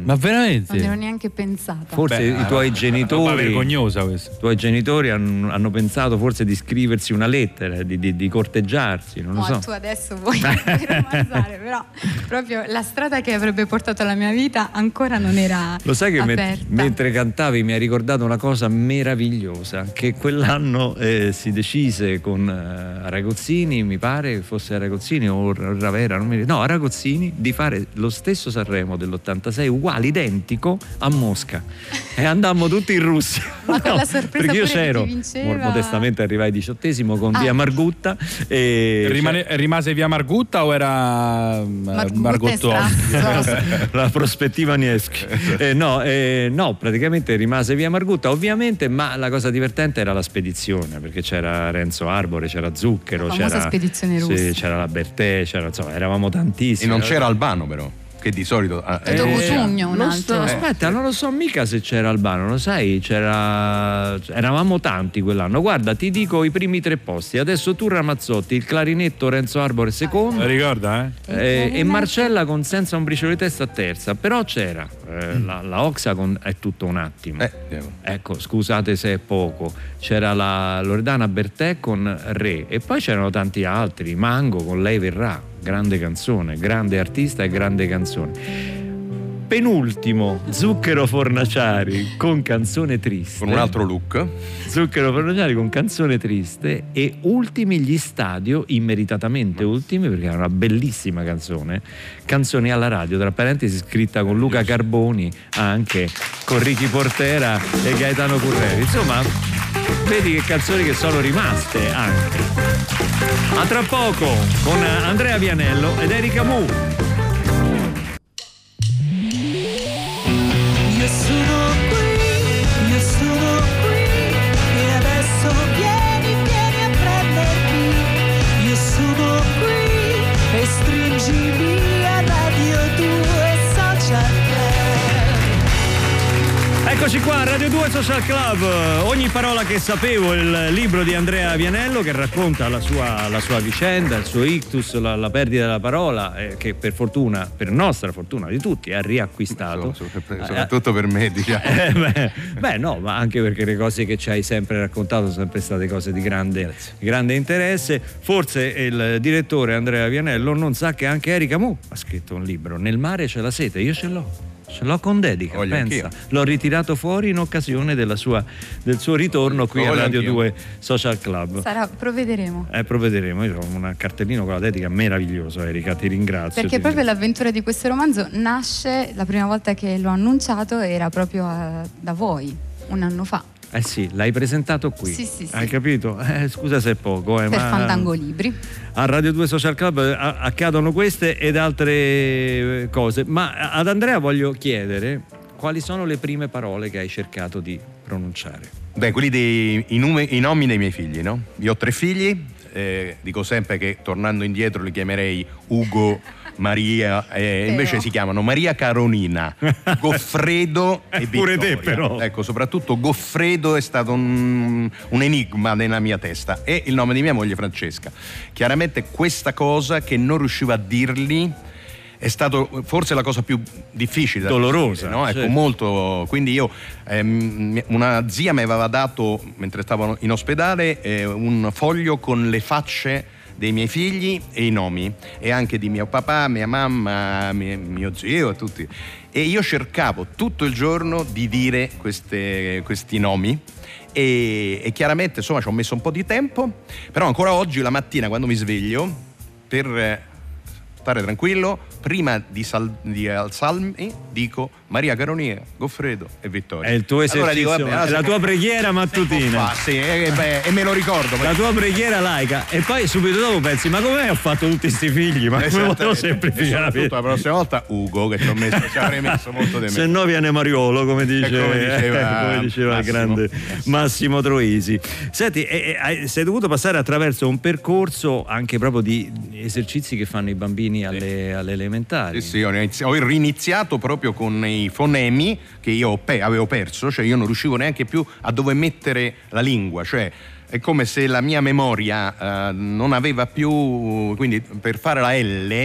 Ma veramente? Non ero neanche pensata. Forse Beh, i tuoi genitori, roba vergognosa questa. i tuoi genitori hanno, hanno pensato forse di scriversi una lettera, di, di, di corteggiarsi, non lo No, so. tu adesso vuoi romanzare, però proprio la strada che avrebbe portato alla mia vita ancora non era Lo sai che met- aperta. mentre cantavi mi ha ricordato una cosa meravigliosa, che quell'anno eh, si decise con eh, Aragozzini, mi pare fosse Aragozzini o Ravera, non mi ricordo, no, Aragozzini, di fare lo stesso Sanremo dell'ottantasei, uguale, identico, a Mosca. E andammo tutti in Russia. Ma con la sorpresa perché io pure che c'ero, chi vinceva. modestamente arrivai diciottesimo con Ah. Via Margutta e Rimane- rimase via Margutta o era eh, Margutta Margottoni? è la prospettiva Nieschi. Eh, no, eh, no, praticamente rimase Via Margutta, ovviamente, ma la cosa divertente era la spedizione, perché c'era Renzo Arbore, c'era Zucchero, La famosa c'era, spedizione sì, russa. c'era la Bertè, c'era, insomma, eravamo E tantissimi. non c'era Albano però, che di solito... ah, E dopo eh, Sugno un non altro. sto- aspetta, non lo so mica se c'era Albano, lo sai, c'era, eravamo tanti quell'anno. Guarda, ti dico i primi tre posti. Adesso tu Ramazzotti, il clarinetto Renzo Arbore secondo, Ricorda, eh? eh, e Marcella con Senza un briciolo di testa terza. Però c'era eh, la, la Oxagon, è tutto un attimo. eh, devo- Ecco, scusate se è poco. C'era la Loredana Bertè con Re, e poi c'erano tanti altri. Mango con Lei verrà, grande canzone, grande artista e grande canzone. Penultimo, Zucchero Fornaciari con Canzone triste. con un altro look. Zucchero Fornaciari con Canzone triste. E ultimi gli Stadio, immeritatamente ultimi, perché è una bellissima canzone. Canzoni alla radio, tra parentesi scritta con Luca Carboni, anche con Ricky Portera e Gaetano Curreri. Insomma, vedi che canzoni che sono rimaste anche. A tra poco con Andrea Vianello ed Erika Mu. Io sono qui, io sono qui, e adesso vieni, vieni a prendermi. Io sono qui e stringimi a Radio due Social Club. Eccoci qua, Radio due Social Club, ogni parola che sapevo, il libro di Andrea Vianello che racconta la sua, la sua vicenda, il suo ictus, la, la perdita della parola, eh, che per fortuna, per nostra fortuna di tutti, ha riacquistato. So- so- soprattutto per me, diciamo. Eh, beh, beh, no, ma anche perché le cose che ci hai sempre raccontato sono sempre state cose di grande, grande interesse. Forse il direttore Andrea Vianello non sa che anche Erika Mu ha scritto un libro, Nel mare c'è la sete. Io ce l'ho. Ce l'ho con dedica, Voglio pensa. anch'io. L'ho ritirato fuori in occasione della sua, del suo ritorno qui Lo a voglio Radio anch'io. due Social Club. Sarà, provvederemo. Eh, provvederemo. Io ho un cartellino con la dedica meraviglioso, Erika, ti ringrazio. Perché ti proprio ringrazio. l'avventura di questo romanzo nasce, la prima volta che l'ho annunciato era proprio eh, da voi, un anno fa, Eh sì, l'hai presentato qui. Sì, sì, sì. Hai capito? Eh, scusa se è poco, eh, per ma Fandango Libri. a Radio due Social Club eh, a- accadono queste ed altre eh, cose. Ma ad Andrea voglio chiedere quali sono le prime parole che hai cercato di pronunciare. Beh, quelli dei i, nume- i nomi dei miei figli, no? Io ho tre figli, eh, dico sempre che tornando indietro li chiamerei Ugo, Maria, eh, invece si chiamano Maria Caronina, Goffredo e Pure Vittoria. te, però. Ecco, soprattutto Goffredo è stato un, un enigma nella mia testa, e il nome di mia moglie Francesca. Chiaramente questa cosa che non riuscivo a dirgli è stato forse la cosa più difficile da Dolorosa, gestire, no? Ecco, certo. molto. Quindi io, ehm, una zia mi aveva dato, mentre stavo in ospedale, eh, un foglio con le facce dei miei figli e i nomi, e anche di mio papà, mia mamma, mio, mio zio e tutti. E io cercavo tutto il giorno di dire queste, questi nomi. E, e chiaramente insomma ci ho messo un po' di tempo, però ancora oggi la mattina quando mi sveglio, per eh, stare tranquillo, prima di, sal- di alzarmi dico Maria Caronia, Goffredo e Vittoria. È il tuo Allora esercizio, dico, vabbè, allora è la se tua può- preghiera se mattutina. può fa- sì, e, beh, e me lo ricordo. La tua preghiera laica, e poi subito dopo pensi: ma come ho fatto tutti questi figli? Ma come Esatto, potevo e semplificare? soprattutto la prossima volta Ugo, che ci ho messo, ci avrei messo molto di Se meno. no viene Mariolo, come dice, E come diceva come diceva il Massimo. grande Massimo Troisi. Senti, e- e hai- sei dovuto passare attraverso un percorso anche proprio di esercizi che fanno i bambini alle, alle elementari. Sì, sì, ho, inizi- ho riniziato proprio con i fonemi che io ho pe- avevo perso, cioè io non riuscivo neanche più a dove mettere la lingua, cioè è come se la mia memoria eh, non aveva più, quindi per fare la L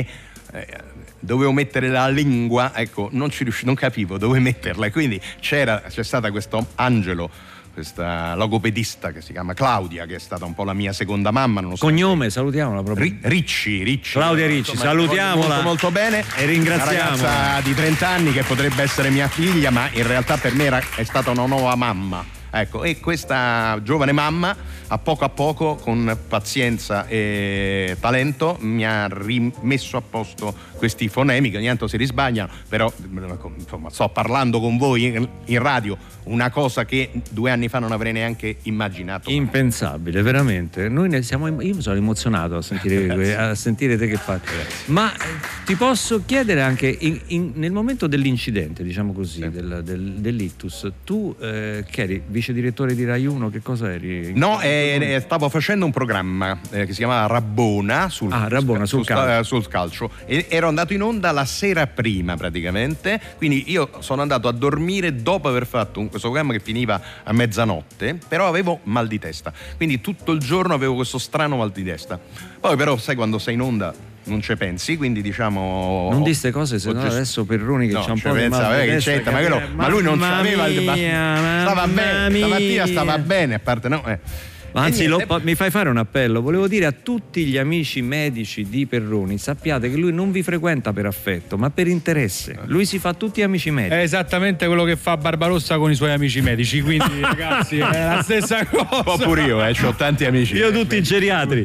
eh, dovevo mettere la lingua, ecco, non ci riuscivo, non capivo dove metterla, e quindi c'era, c'è stata questo angelo, questa logopedista che si chiama Claudia, che è stata un po' la mia seconda mamma. Cognome, salutiamola proprio. Ri- Ricci, Ricci. Claudia Ricci, Insomma, salutiamola. Molto, molto bene. E ringraziamo. Una ragazza di trenta anni che potrebbe essere mia figlia, ma in realtà per me era, è stata una nuova mamma. Ecco, e questa giovane mamma, a poco a poco, con pazienza e talento, mi ha rimesso a posto questi fonemi che ogni tanto si risbagliano, però insomma, sto parlando con voi in, in radio, una cosa che due anni fa non avrei neanche immaginato. Impensabile, veramente. Noi ne siamo, io mi sono emozionato a sentire, a sentire te che fai. Ma ti posso chiedere anche, in, in, nel momento dell'incidente, diciamo così, sì. del, del, dell'ictus, tu eh, che eri vice direttore di Rai uno, che cosa eri? No, eh, stavo facendo un programma eh, che si chiamava Rabbona sul, ah, Rabbona, sul, sul, calcio. sul calcio, e ero andato in onda la sera prima praticamente, quindi io sono andato a dormire dopo aver fatto un, questo programma che finiva a mezzanotte, però avevo mal di testa, quindi tutto il giorno avevo questo strano mal di testa. Poi però sai, quando sei in onda non ci pensi, quindi diciamo non di ste cose, se no gest... adesso Perroni che no, c'ha un po' pensa, di mal di testa, che ma, quello, ma lui non c'aveva il stava bene, stamattina stava bene, a parte no eh. Anzi, lo, mi fai fare un appello. Volevo dire a tutti gli amici medici di Perroni: sappiate che lui non vi frequenta per affetto, ma per interesse. Lui si fa tutti amici medici. È esattamente quello che fa Barbarossa con i suoi amici medici. Quindi, ragazzi, è la stessa cosa. Un po' pure io, eh, ho tanti amici. Io tutti i geriatri.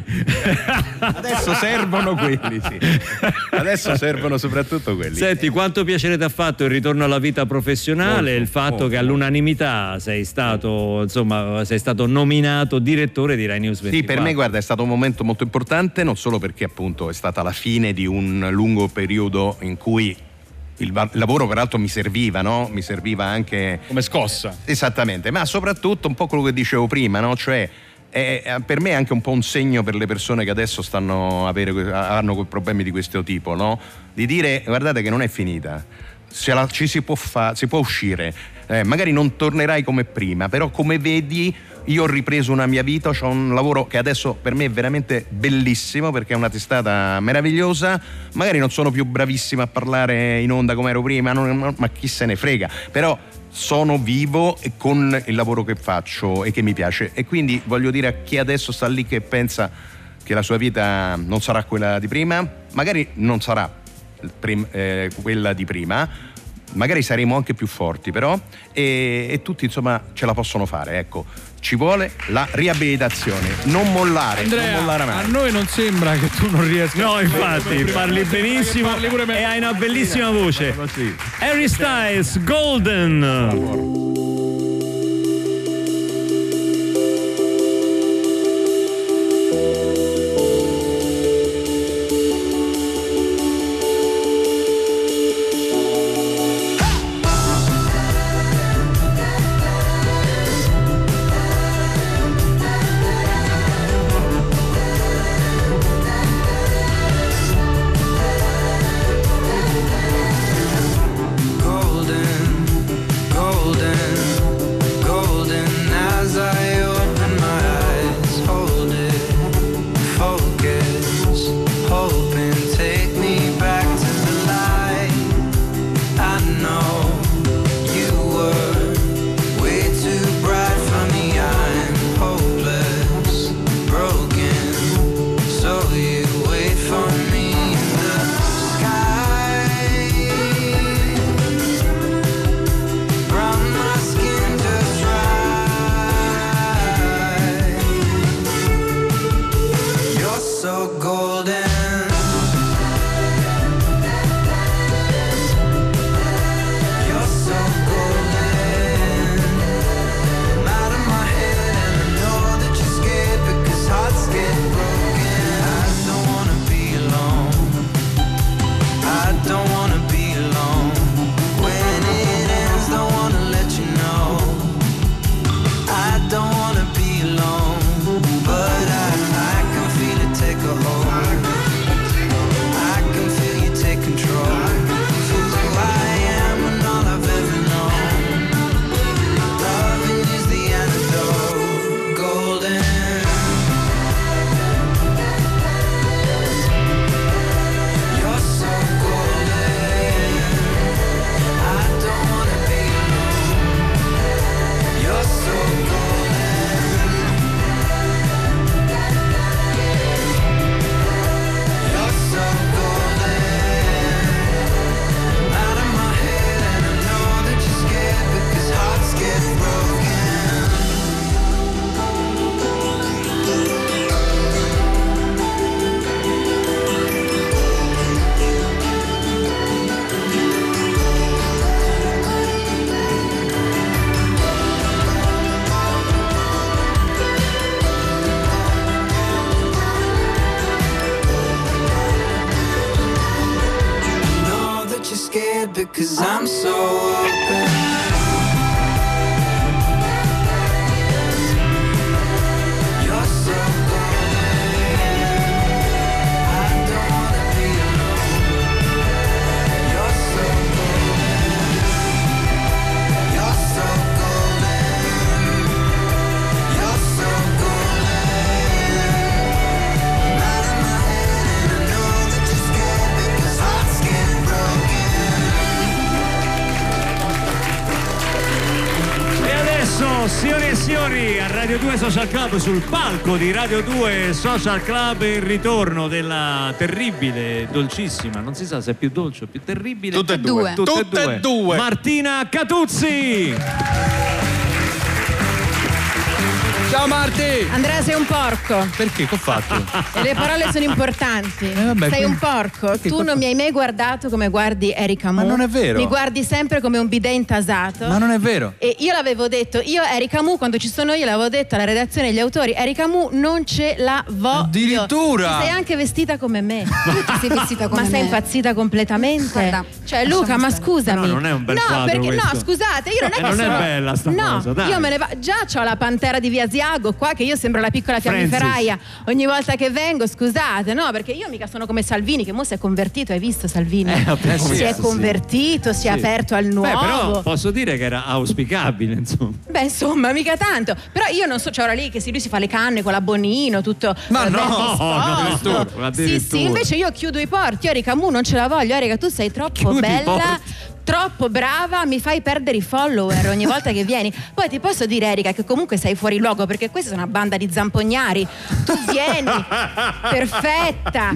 Adesso servono quelli, sì. Adesso servono soprattutto quelli. Senti, quanto piacere ti ha fatto il ritorno alla vita professionale, molto, il fatto molto, che all'unanimità sei stato, insomma, sei stato nominato direttore di Rai News ventiquattro. Sì, per me guarda, è stato un momento molto importante, non solo perché appunto è stata la fine di un lungo periodo in cui il, il lavoro peraltro mi serviva, no? Mi serviva anche come scossa. Esattamente, ma soprattutto un po' quello che dicevo prima, no? Cioè è, per me è anche un po' un segno per le persone che adesso stanno avere, hanno problemi di questo tipo, no? Di dire guardate che non è finita, se la, ci si può, fa, si può uscire, eh, magari non tornerai come prima, però come vedi io ho ripreso una mia vita, ho un lavoro che adesso per me è veramente bellissimo perché è una testata meravigliosa, magari non sono più bravissimo a parlare in onda come ero prima, non, ma chi se ne frega, però sono vivo con il lavoro che faccio e che mi piace, e quindi voglio dire a chi adesso sta lì che pensa che la sua vita non sarà quella di prima, magari non sarà prim- eh, quella di prima, magari saremo anche più forti però, e, e tutti insomma ce la possono fare, ecco. Ci vuole la riabilitazione, non mollare, Andrea, non mollare mai. A noi non sembra che tu non riesca. No, infatti, parli benissimo parli e hai una bellissima voce. Harry Styles, Golden. Golden, golden. because I'm so open. You're so Signori e signori, a Radio due Social Club, sul palco di Radio due Social Club, il ritorno della terribile, dolcissima, non si sa se è più dolce o più terribile. Tutte e due. Tutte, Tutte e due. e due. Martina Catuzzi. Ciao Marti! Andrea, sei un porco. Perché? Che ho fatto? E le parole sono importanti. Eh, vabbè, sei che- un porco. Perché? Tu non mi hai mai guardato come guardi Erika Mu. Ma non è vero. Mi guardi sempre come un bidet intasato. Ma non è vero. E io l'avevo detto, io Erika Mu, quando ci sono io, l'avevo detto alla redazione degli autori, Erika Mu non ce la voglio. Addirittura? Ti sei anche vestita come me. Ti sei vestita come ma sei me. impazzita completamente. Guarda, cioè Luca, ma stare. scusami. No, non è un bel No, quadro perché questo. no, scusate, io non è che Non è sono... bella sta no, cosa, dai. io me ne va... Già c'ho la pantera di Via Asiago qua, che io sembro la piccola Francis. fiammiferaia ogni volta che vengo, scusate, no, perché io mica sono come Salvini, che mo si è convertito, hai visto Salvini? Eh, vabbè, si sì, è sì. convertito, si è Sì. aperto al nuovo. Beh, però posso dire che era auspicabile, insomma. Beh, insomma, mica tanto. Però io non so, c'è ora lì che sì, lui si fa le canne con la Bonino, tutto. Ma eh, no, ben disposto. addirittura, Sì, addirittura. sì, invece io chiudo i porti. Io Erika Mu non ce la voglio. Erika, tu sei troppo Chiudi i bella. porti. Troppo brava, mi fai perdere i follower ogni volta che vieni. Poi ti posso dire, Erika, che comunque sei fuori luogo, perché questa è una banda di zampognari. Tu vieni, perfetta,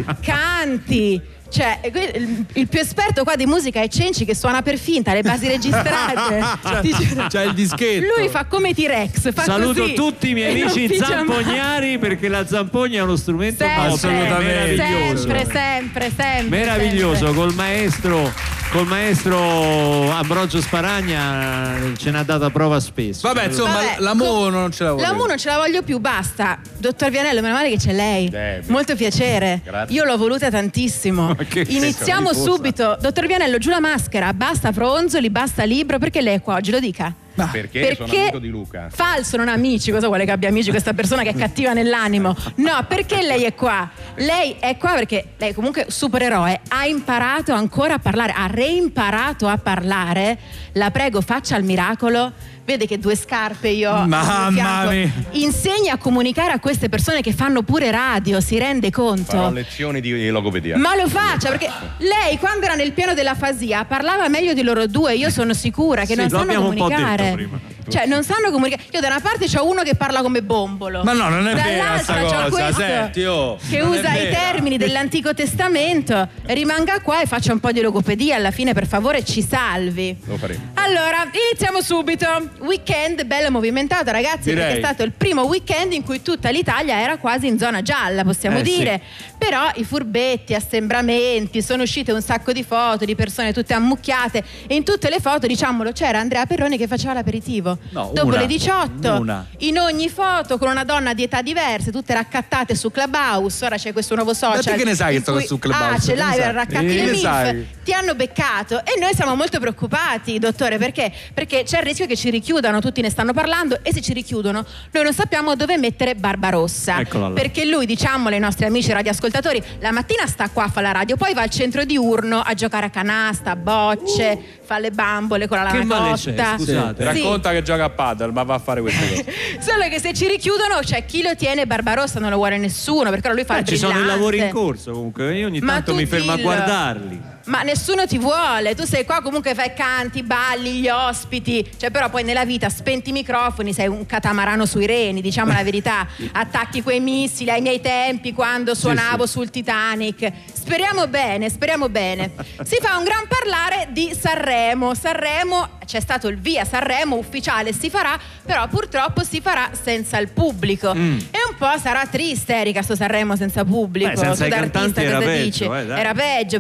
canti. Cioè, il, il più esperto qua di musica è Cenci, che suona per finta le basi registrate. Ti giuro. C'è il dischetto. Lui fa come T-Rex, fa Saluto così tutti i miei e non amici pigia zampognari, perché la zampogna è uno strumento mai. assolutamente meraviglioso. Sempre, sempre, sempre. Meraviglioso, sempre. col maestro, col maestro Ambrogio Sparagna ce n'ha data prova spesso. Vabbè, insomma, Vabbè, la Mu co- non ce la voglio. La Mu non ce la voglio più, basta. Dottor Vianello, meno male che c'è lei. Eh, Molto piacere. Grazie. Io l'ho voluta tantissimo. che- Iniziamo che riposa. subito. Dottor Vianello, giù la maschera, basta Fronzoli, basta libro, perché lei è qua oggi, lo dica. Perché, sono amico di Luca. Falso, non ha amici. Cosa vuole che abbia amici questa persona che è cattiva nell'animo? No, perché lei è qua? Lei è qua perché lei comunque supereroe, ha imparato ancora a parlare, ha reimparato a parlare. La prego, faccia il miracolo. Vede che due scarpe io ho Mamma sul fianco. mia. Insegna a comunicare a queste persone che fanno pure radio, si rende Farò conto? lezioni di logopedia. Ma lo faccia, perché lei quando era nel piano dell'afasia parlava meglio di loro due, io sono sicura che Sì, non lo sanno abbiamo un po' comunicare. detto prima. Cioè, non sanno comunicare. Io da una parte c'ho uno che parla come bombolo. Ma no, non è vera Dall'altra sta c'ho cosa, questo senti, oh, che non è usa i vera. termini dell'Antico Testamento. Rimanga qua e faccia un po' di logopedia, alla fine per favore ci salvi. Lo faremo. Allora, iniziamo subito. Weekend bello movimentato, ragazzi, Direi. perché è stato il primo weekend in cui tutta l'Italia era quasi in zona gialla, possiamo Eh, sì. dire. Però i furbetti, assembramenti, sono uscite un sacco di foto di persone tutte ammucchiate e in tutte le foto, diciamolo, c'era Andrea Perroni che faceva l'aperitivo. No, Dopo una. le diciotto, Una. in ogni foto con una donna di età diverse, tutte raccattate su Clubhouse. Ora c'è questo nuovo social. Ma te che ne sai che in sto cui- su Clubhouse? Ah, ce Che ne l'hai, sai? raccatti Eh, le che ne milf. sai? Ti hanno beccato e noi siamo molto preoccupati, dottore, perché? Perché c'è il rischio che ci richiudano, tutti ne stanno parlando e se ci richiudono noi non sappiamo dove mettere Barbarossa. Eccola là. Perché lui, diciamolo ai nostri amici radioascoltatori, la mattina sta qua, fa la radio, poi va al centro diurno a giocare a canasta, a bocce, fa le bambole con la Che lana male cotta. c'è, scusate? Sì. Racconta che gioca a paddle, ma va a fare queste cose. Solo che se ci richiudono, cioè chi lo tiene Barbarossa non lo vuole nessuno, perché lui fa Beh, il ci sono i brillante. lavori in corso comunque, io ogni Ma tanto tu mi fermo a dillo. guardarli. Ma nessuno ti vuole, tu sei qua comunque fai canti, balli, gli ospiti, cioè però poi nella vita spenti i microfoni, sei un catamarano sui reni, diciamo la verità, attacchi quei missili ai miei tempi quando suonavo sul Titanic. Speriamo bene, speriamo bene. Si fa un gran parlare di Sanremo, Sanremo, c'è stato il via Sanremo ufficiale, si farà, però purtroppo si farà senza il pubblico. Mm. E un po' sarà triste, Erika, sto Sanremo senza pubblico. Beh, senza Tu i da cantanti artista era cosa peggio, dici? eh, dai. Era peggio, però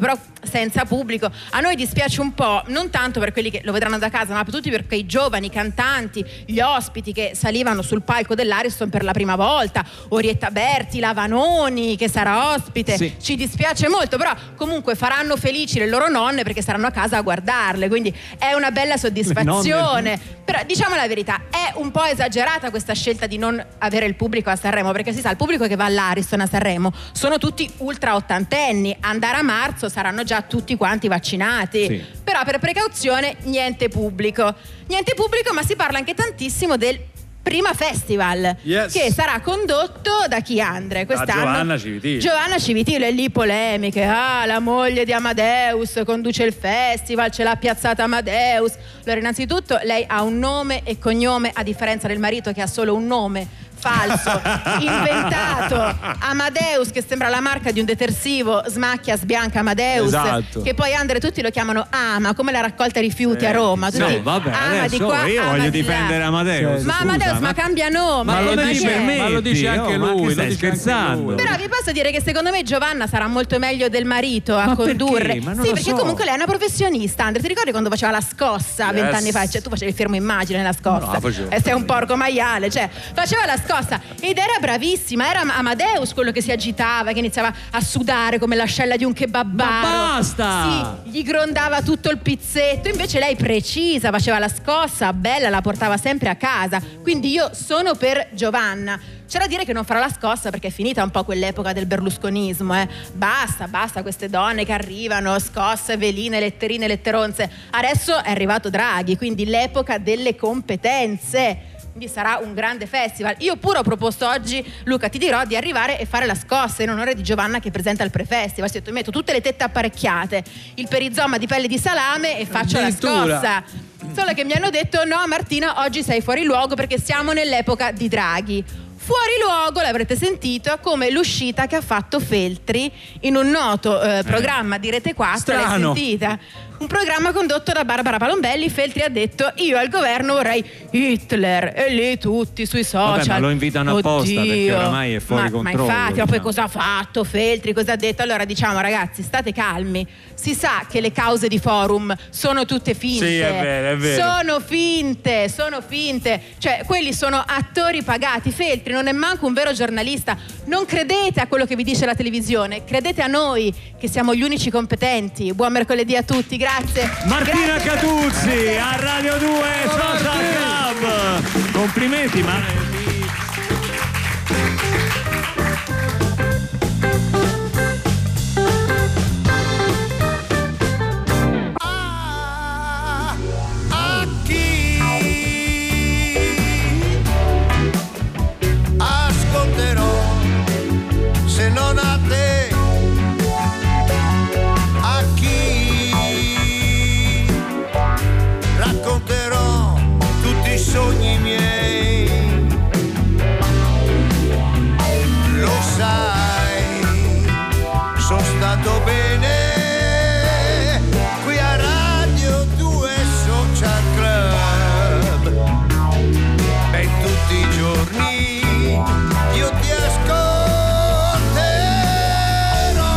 senza pubblico. A noi dispiace un po', non tanto per quelli che lo vedranno da casa, ma per tutti per quei giovani cantanti, gli ospiti che salivano sul palco dell'Ariston per la prima volta, Orietta Berti, la Vanoni che sarà ospite. Sì. Ci dispiace molto, però comunque faranno felici le loro nonne perché saranno a casa a guardarle, quindi è una bella soddisfazione. Però diciamo la verità, è un po' esagerata questa scelta di non avere il pubblico a Sanremo, perché si sa, il pubblico che va all'Ariston a Sanremo sono tutti ultra ottantenni, andare a marzo saranno già tutti quanti vaccinati. Sì. Però per precauzione niente pubblico. Niente pubblico, ma si parla anche tantissimo del Prima Festival, Yes. che sarà condotto da chi, Andre? Quest'anno Giovanna Civitino. Giovanna Civitino, e lì polemiche. Ah, la moglie di Amadeus conduce il festival, ce l'ha piazzata Amadeus. Allora, innanzitutto lei ha un nome e cognome, a differenza del marito che ha solo un nome falso, inventato, Amadeus, che sembra la marca di un detersivo, smacchia, sbianca Amadeus, Esatto. che poi Andre tutti lo chiamano Ama, come la raccolta rifiuti a Roma. Tutti, No, vabbè, Ama di adesso qua, io Ama voglio di là. difendere Amadeus. Ma scusa, Amadeus, ma cambia nome. Ma lo ma devi c'è? permettere. Ma lo dice anche Oh, ma lui, che lo stai dice anche scherzando? lui. Però vi posso dire che secondo me Giovanna sarà molto meglio del marito a Ma condurre. perché? Ma non sì, lo perché so. comunque lei è una professionista. Andre, ti ricordi quando faceva la scossa vent'anni fa? Cioè, tu facevi il fermo immagine nella scossa. No, facevo. E sei un porco maiale. Cioè, faceva la scossa ed era bravissima. Era Amadeus quello che si agitava, che iniziava a sudare come l'ascella di un kebabaro. Ma basta! Sì, gli grondava tutto il pizzetto. Invece lei precisa, faceva la scossa, bella, la portava sempre a casa. Quindi io sono per Giovanna. C'è da dire che non farà la scossa perché è finita un po' quell'epoca del berlusconismo, eh. Basta, basta queste donne che arrivano, scosse, veline, letterine, letteronze. Adesso è arrivato Draghi, quindi l'epoca delle competenze. Quindi sarà un grande festival. Io pure ho proposto oggi, Luca, ti dirò di arrivare e fare la scossa in onore di Giovanna che presenta il pre-festival. Sì, metto tutte le tette apparecchiate, il perizoma di pelle di salame e faccio la Addirittura. scossa. Solo che mi hanno detto: no Martina, oggi sei fuori luogo perché siamo nell'epoca di Draghi. Fuori luogo, l'avrete sentito, come l'uscita che ha fatto Feltri in un noto eh, programma di Rete quattro. L'hai Strano. sentita? Un programma condotto da Barbara Palombelli. Feltri ha detto: io al governo vorrei Hitler, e lì tutti sui social. Vabbè, ma lo invitano apposta, Oddio. perché oramai è fuori ma, controllo, Ma infatti, ma poi diciamo. cosa ha fatto Feltri? Cosa ha detto? Allora diciamo, ragazzi, state calmi. Si sa che le cause di Forum sono tutte finte. Sì, è vero, è vero. Sono finte, sono finte. Cioè, quelli sono attori pagati. Feltri non è manco un vero giornalista. Non credete a quello che vi dice la televisione, credete a noi che siamo gli unici competenti. Buon mercoledì a tutti, grazie. Martina Grazie. Catuzzi a Radio due Social Club. Complimenti, ma A chi ascolterò se non a te? A chi racconterò tutti i sogni miei? Lo sai, sono stato bene qui a Radio due Social Club. E tutti i giorni io ti ascolterò.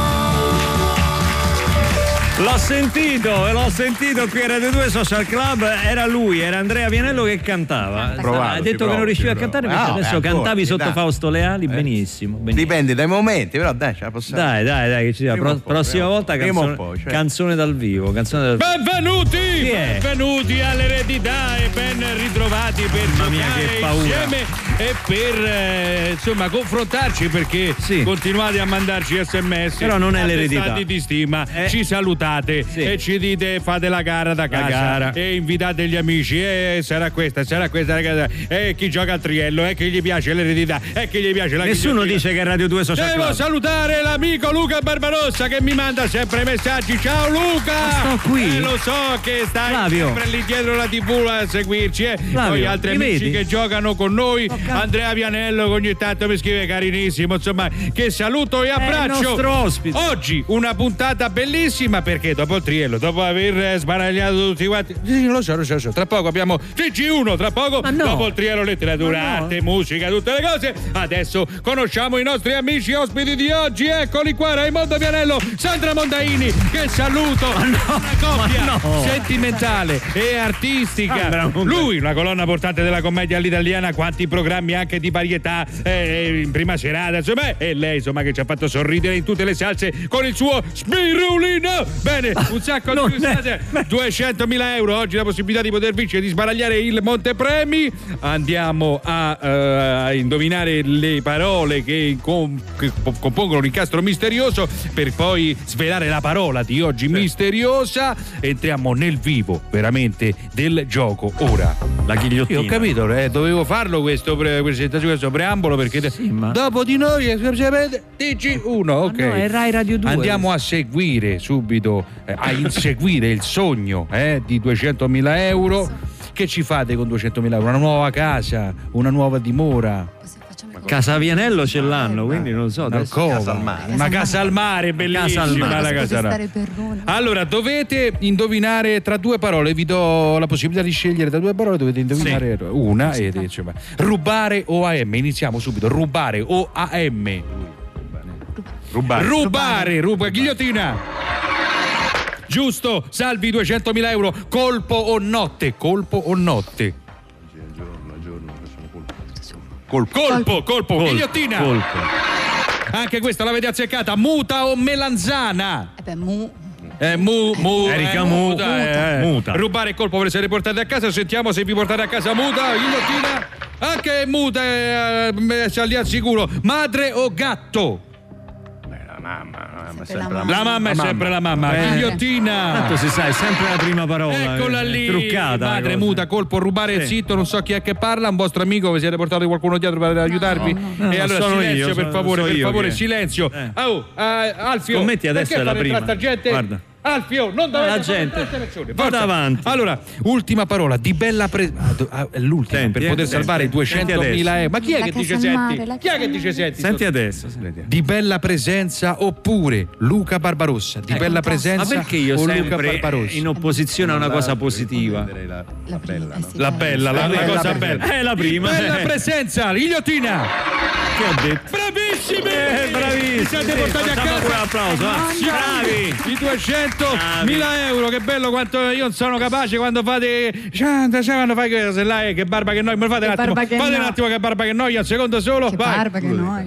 L'ho sentito, e l'ho sentito qui a Radio due Social Club. Era lui, era Andrea Vianello che cantava. Provato, ha ci detto provo, che non riusciva ci a cantare, provo. invece Ah, adesso eh, ancora, cantavi sotto dai. Fausto Leali. Eh. Benissimo, benissimo. Dipende dai momenti, però dai, ce la possiamo. Dai, dai, dai, che ci sia. Prima Pro- o poi, prossima prima o- volta prima o canzone, poi, cioè. canzone dal vivo. Canzone dal vivo. Benvenuti, Chi è? benvenuti all'eredità e ben ritrovati per Mamma mia, giocare che paura. insieme e per eh, insomma confrontarci, perché Sì. continuate a mandarci sms. Però non è a l'eredità. testate di stima, Eh. ci salutate Sì. e ci dite fate la gara da casa gara. e invitate gli amici e sarà questa, sarà questa ragazza, e chi gioca al triello e chi gli piace l'eredità e chi gli piace la Nessuno chitarra. dice che Radio due Social Devo Club. salutare l'amico Luca Barbarossa che mi manda sempre messaggi. Ciao Luca! Ma sto qui. Eh, lo so che stai Flavio. sempre lì dietro la tivù a seguirci, eh. Flavio, Poi altri mi amici vedi? che giocano con noi Ho Andrea Vianello che ogni tanto mi scrive carinissimo, insomma, che saluto e abbraccio. È il nostro ospite. Oggi una puntata bellissima perché dopo il Triello, dopo aver sbaragliato tutti quanti, sì, lo so, lo so, lo so. Tra poco abbiamo T G uno, tra poco no. dopo il Triello letteratura, Ma no. arte, musica, tutte le cose. Adesso conosciamo i nostri amici ospiti di oggi, eccoli qua, Raimondo Vianello, Sandra Mondaini, che saluto, no. una coppia Ma no. sentimentale e artistica. Sandra Mondaini. Lui, la colonna portante della commedia all'italiana, quanti programmi anche di varietà eh, in prima serata, insomma, e lei insomma che ci ha fatto sorridere in tutte le salse con il suo Spirulino. Bene, un sacco Non di scusate, duecentomila euro oggi, la possibilità di poter vincere, di sbaragliare il montepremi. Andiamo a, eh, a indovinare le parole che, com- che compongono l'incastro misterioso per poi svelare la parola di oggi misteriosa. Entriamo nel vivo veramente del gioco ora. La ghigliottina. Io ho capito, eh, dovevo farlo questo, pre- questo preambolo perché Sì, ma- dopo di noi T G uno, ok. no, è Rai Radio due. Andiamo a seguire subito, eh, a inseguire il sogno eh, di duecentomila euro. Che ci fate con duecentomila euro? Una nuova casa, una nuova dimora. Casa Vianello ce l'hanno, quindi non so. adesso- Una Casa al mare. Una casa al mare, bellissima. Casa al mare. la Potete casa al mare. stare per Roma. Allora, dovete indovinare tra due parole, vi do la possibilità di scegliere tra due parole, dovete indovinare una e diciamo, rubare o A M. Iniziamo subito, rubare o A M. Rubare. Rubare, ruba, ghigliottina. Giusto, salvi duecentomila euro, colpo o notte, colpo o notte. Colpo. Colpo, colpo, Colpo, ghigliottina. colpo. Anche questa l'avete azzeccata, muta o melanzana. Eh beh, mu. Eh, mu, mu, Erika eh, Mu. muta, eh. Muta. Rubare il colpo ve le siete portate a casa. Sentiamo se vi portate a casa muta, ghigliottina. Anche muta, eh, ci al sicuro. Madre o gatto? Beh, la mamma, la mamma è Sempre sempre la la La mamma è sempre la mamma. Eh. Ghigliottina. Tanto si sa, è sempre la prima parola. Eccola eh, lì, truccata. la madre cosa. muta, colpo, rubare Sì. zitto, non so chi è che parla, un vostro amico, vi siete portati qualcuno dietro per aiutarvi? no, E no, allora sono silenzio io, per sono- favore, so per io favore, che- silenzio. Eh. Oh, eh, Alfio, Scommetti adesso perché è la fate prima. entrare sta gente? Guarda. Alfio, non dovete La fare gente. entrare queste persone. Vada Forza. avanti. Allora, ultima parola, di bella pre... ah, do- ah, è l'ultima, Senti, per eh, poter senti, salvare senti duecentomila adesso. euro. Ma chi è La che casa dice al senti? mare, la Chi è casa che al dice mare. senti? Senti adesso. Di bella presenza oppure Luca Barbarossa, di bella presenza Ma perché io o Luca sempre Barbarossa? in opposizione a una cosa positiva? La, la, La bella, prima, no? sì, La dai. bella, la, La la bella cosa presenza. bella. Eh, la prima, Bella eh. presenza, ghigliottina. Che ho detto? Bravissimi! Eh, bravissimi. Vi siete Sì, portati a facciamo casa. pure un applauso, eh. Sì, Bravi. I duecentomila euro, che bello quanto io non sono capace quando fate. Cianta, sai quando fai che se là è che barba che noia. Me lo fate un Che attimo. barba che Fate un no- attimo che barba che noia, un secondo solo. Che Vai. barba che noi.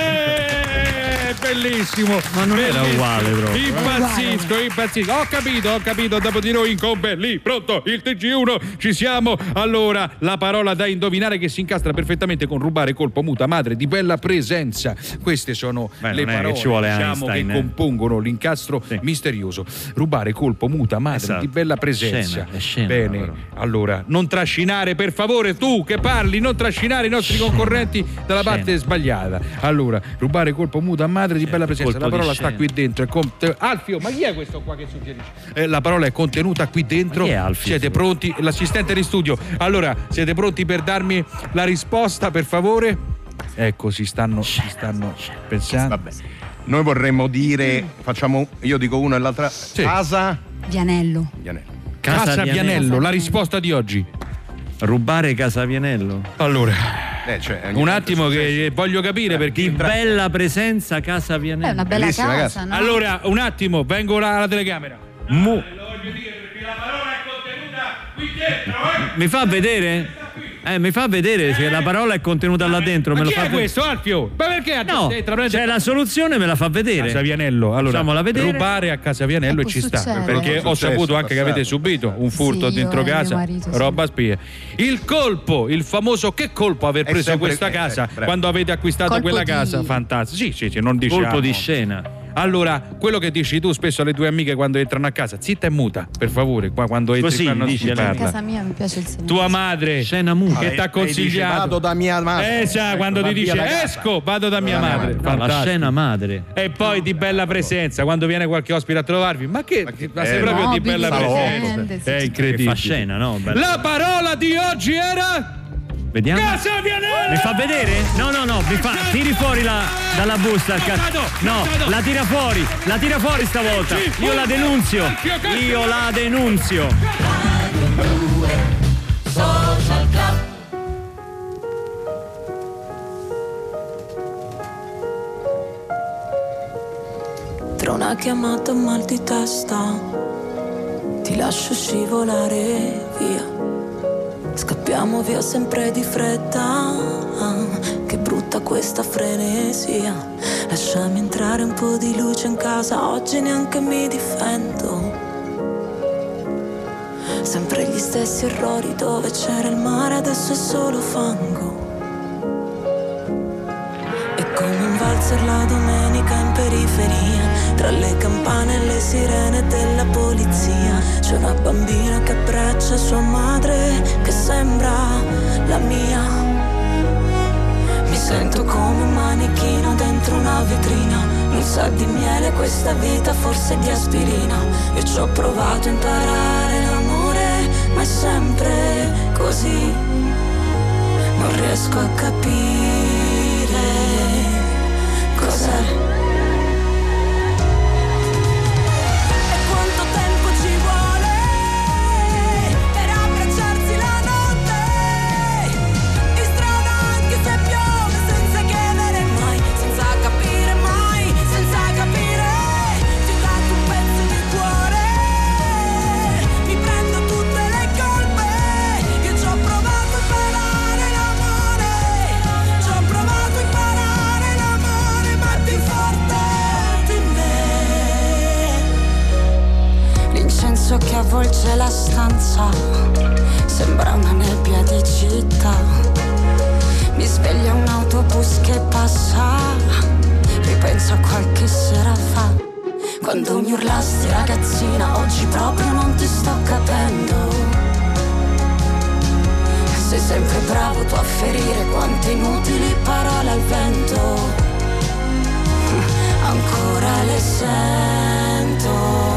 Eh, bellissimo. Ma non era Bellissimo. uguale, proprio. Impazzisco, impazzisco. Ho capito, ho capito. Dopo di noi incombe lì. Pronto, il T G uno. Ci siamo. Allora, la parola da indovinare che si incastra perfettamente con rubare, colpo, muta, madre, di bella presenza. Queste sono Beh, le non è che parole ci vuole diciamo, Einstein, che eh. compongono l'incastro Sì. misterioso. Rubare, colpo, muta, madre, Esatto. di bella presenza. Scena, è scena, Bene. però. Allora, non trascinare, per favore, tu che parli, non trascinare i nostri concorrenti dalla Scena. parte sbagliata. Allora, rubare, colpo, muta, madre, di bella presenza. colpo La di parola sta scena. qui dentro. È con- Alfio, ma chi è questo qua che suggerisce? Eh, la parola è contenuta qui dentro. Ma chi è Alfio? Siete pronti? L'assistente di studio. Allora, siete pronti per darmi la risposta, per favore? Ecco, si stanno, si stanno pensando. Vabbè. Noi vorremmo dire, facciamo, io dico uno e l'altra. Casa Vianello. Vianello. Casa, Vianello, la risposta di oggi. Rubare Casa Vianello? Allora, Eh, cioè, ogni un tanto attimo succede. che voglio capire perché. Di bella presenza Casa Vianello. È una bella Bellissima casa, casa. no? Allora, un attimo, vengo là alla telecamera. Mu- Lo voglio dire perché la parola è contenuta qui dentro, eh? Mi fa vedere? Eh, mi fa vedere se la parola è contenuta là dentro. Ma me lo chi fa è vedere. questo, Alfio? Ma perché a No, c'è la soluzione, me la fa vedere. Casa Vianello, allora Facciamola vedere. rubare a Casa Vianello Eh, e può ci sta, succedere. perché Può ho successo, saputo anche che passato. avete subito un furto Sì, dentro io e casa, mio marito, sì. roba spia. Il colpo, il famoso che colpo aver È preso sempre- questa eh, casa eh, bravo. quando avete acquistato Colpo quella di- casa, fantastico. Sì, sì, sì, non diciamo. Colpo di scena. Allora, quello che dici tu spesso alle tue amiche quando entrano a casa, zitta e muta, per favore, qua quando entri Così qua non dici si alle- In parla. casa mia mi piace il silenzio. Tua madre Scena muta. che ti ha Lei dice, consigliato. vado da mia madre. Eh, sa, Ecco, quando va ti via dice la casa. esco, vado da mia madre. No, la Fantastico. scena madre. E poi di bella presenza, quando viene qualche ospite a trovarvi. Ma che, Ma che ma sei bello. proprio di Mobili, bella salotto. presenza. tende, sì, È sì. incredibile. Che fa scena, no? Bella. La parola di oggi era Vediamo. Casa Vianello! Mi fa vedere? No, no, no, mi fa. Tiri fuori la, dalla busta. No, la tira fuori, la tira fuori stavolta. Io la denunzio. Io la denunzio. Social Club. Tra una chiamata e un mal di testa ti lascio scivolare via. Scappiamo via sempre di fretta, che brutta questa frenesia. Lasciami entrare un po' di luce in casa, oggi neanche mi difendo. Sempre gli stessi errori, dove c'era il mare adesso è solo fango. È come un valzer la domenica in periferia, tra le campane e le sirene della polizia. C'è una bambina che abbraccia sua madre, che sembra la mia. Mi sento come un manichino dentro una vetrina. Non sa di miele questa vita, forse di aspirina. Io ci ho provato a imparare l'amore, ma è sempre così. Non riesco a capire cos'è. Che avvolge la stanza, sembra una nebbia di città. Mi sveglia un autobus che passa, ripenso a qualche sera fa, quando mi urlasti ragazzina, oggi proprio non ti sto capendo. Sei sempre bravo tu a ferire quante inutili parole al vento, ancora le sento.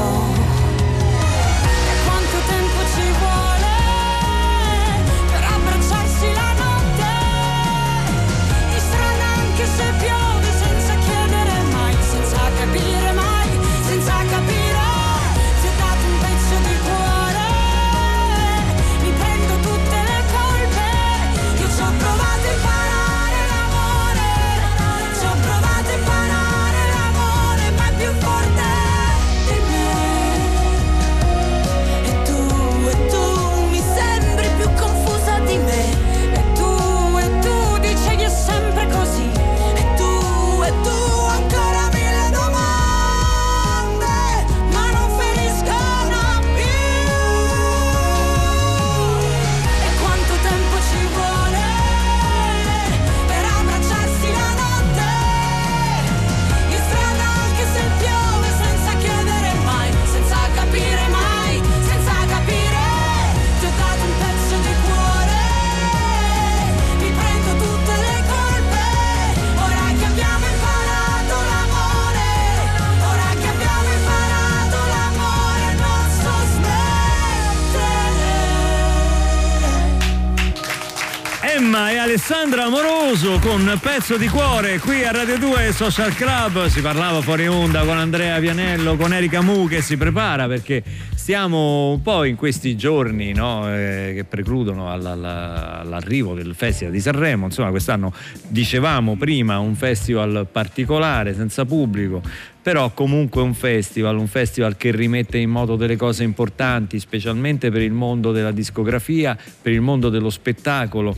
Emma e Alessandra Amoroso con Pezzo di cuore qui a Radio due Social Club. Si parlava fuori onda con Andrea Vianello, con Erika Mu che si prepara, perché stiamo un po' in questi giorni, no, eh, che precludono alla, alla, all'arrivo del Festival di Sanremo. Insomma, quest'anno, dicevamo prima, un festival particolare, senza pubblico, però comunque un festival, un festival che rimette in moto delle cose importanti, specialmente per il mondo della discografia, per il mondo dello spettacolo.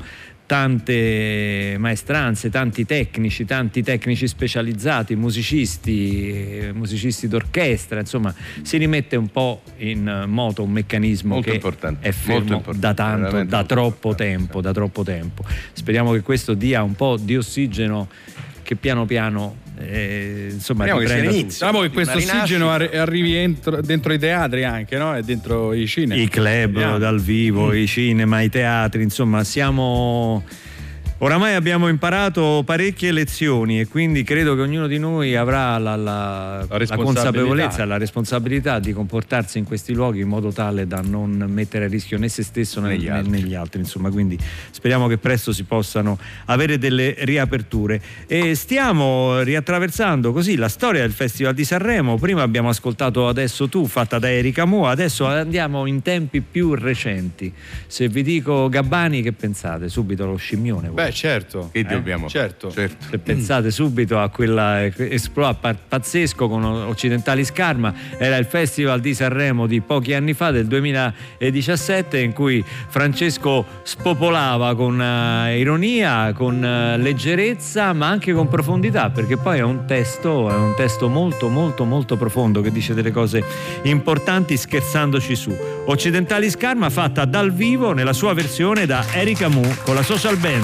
Tante maestranze, tanti tecnici, tanti tecnici specializzati, musicisti, musicisti d'orchestra, insomma si rimette un po' in moto un meccanismo molto che importante, è fermo da tanto, da troppo tempo, da troppo tempo. Speriamo che questo dia un po' di ossigeno, che piano piano eh, insomma riprenda tutto. Speriamo che questo ossigeno arri- arrivi entro, dentro i teatri anche, no? E dentro i cinema, i club yeah. dal vivo, mm. i cinema, i teatri, insomma siamo Oramai abbiamo imparato parecchie lezioni e quindi credo che ognuno di noi avrà la, la, la, la consapevolezza, la responsabilità di comportarsi in questi luoghi in modo tale da non mettere a rischio né se stesso né negli, né, altri. negli altri. Insomma, quindi speriamo che presto si possano avere delle riaperture. E stiamo riattraversando così la storia del Festival di Sanremo. Prima abbiamo ascoltato Adesso tu, fatta da Erika Moa, adesso andiamo in tempi più recenti. Se vi dico Gabbani, che pensate? Subito lo scimmione. Beh, certo. Che eh? dobbiamo? Certo. certo. Se pensate subito a quella esploit pazzesco con Occidentali Scarma, era il Festival di Sanremo di pochi anni fa, del duemiladiciassette, in cui Francesco spopolava con uh, ironia, con uh, leggerezza, ma anche con profondità, perché poi è un testo, è un testo molto molto molto profondo che dice delle cose importanti scherzandoci su. Occidentali Scarma, fatta dal vivo nella sua versione da Erika Moa con la Social Band.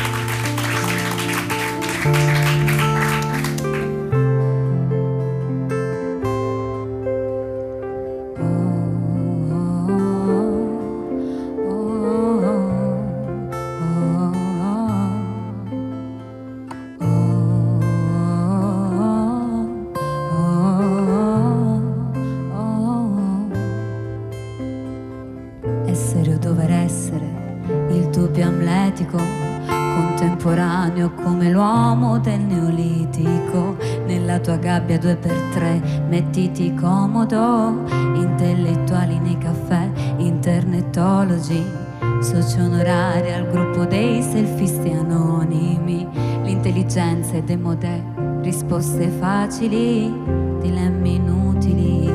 Essere o dover essere il tuo più amletico, contemporaneo come l'uomo del neolitico. Nella tua gabbia due per tre mettiti comodo, intellettuali nei caffè, internetologi, soci onorari al gruppo dei selfisti anonimi. L'intelligenza è demodè, risposte facili, dilemmi inutili.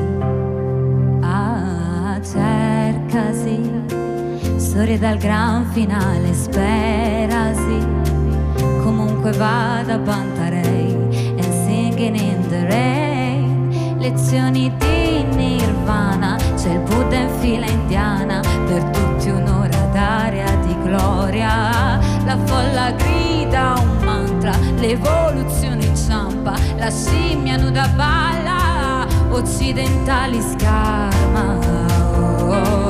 Ah, cercasi storie dal gran finale, sperasi comunque vada Pantarei and singing in the rain. Lezioni di Nirvana, c'è il Buddha in fila indiana, per tutti un'ora d'aria di gloria. La folla grida un mantra, l'evoluzione inciampa, la scimmia nuda balla, Occidentali Scarma. Oh, oh.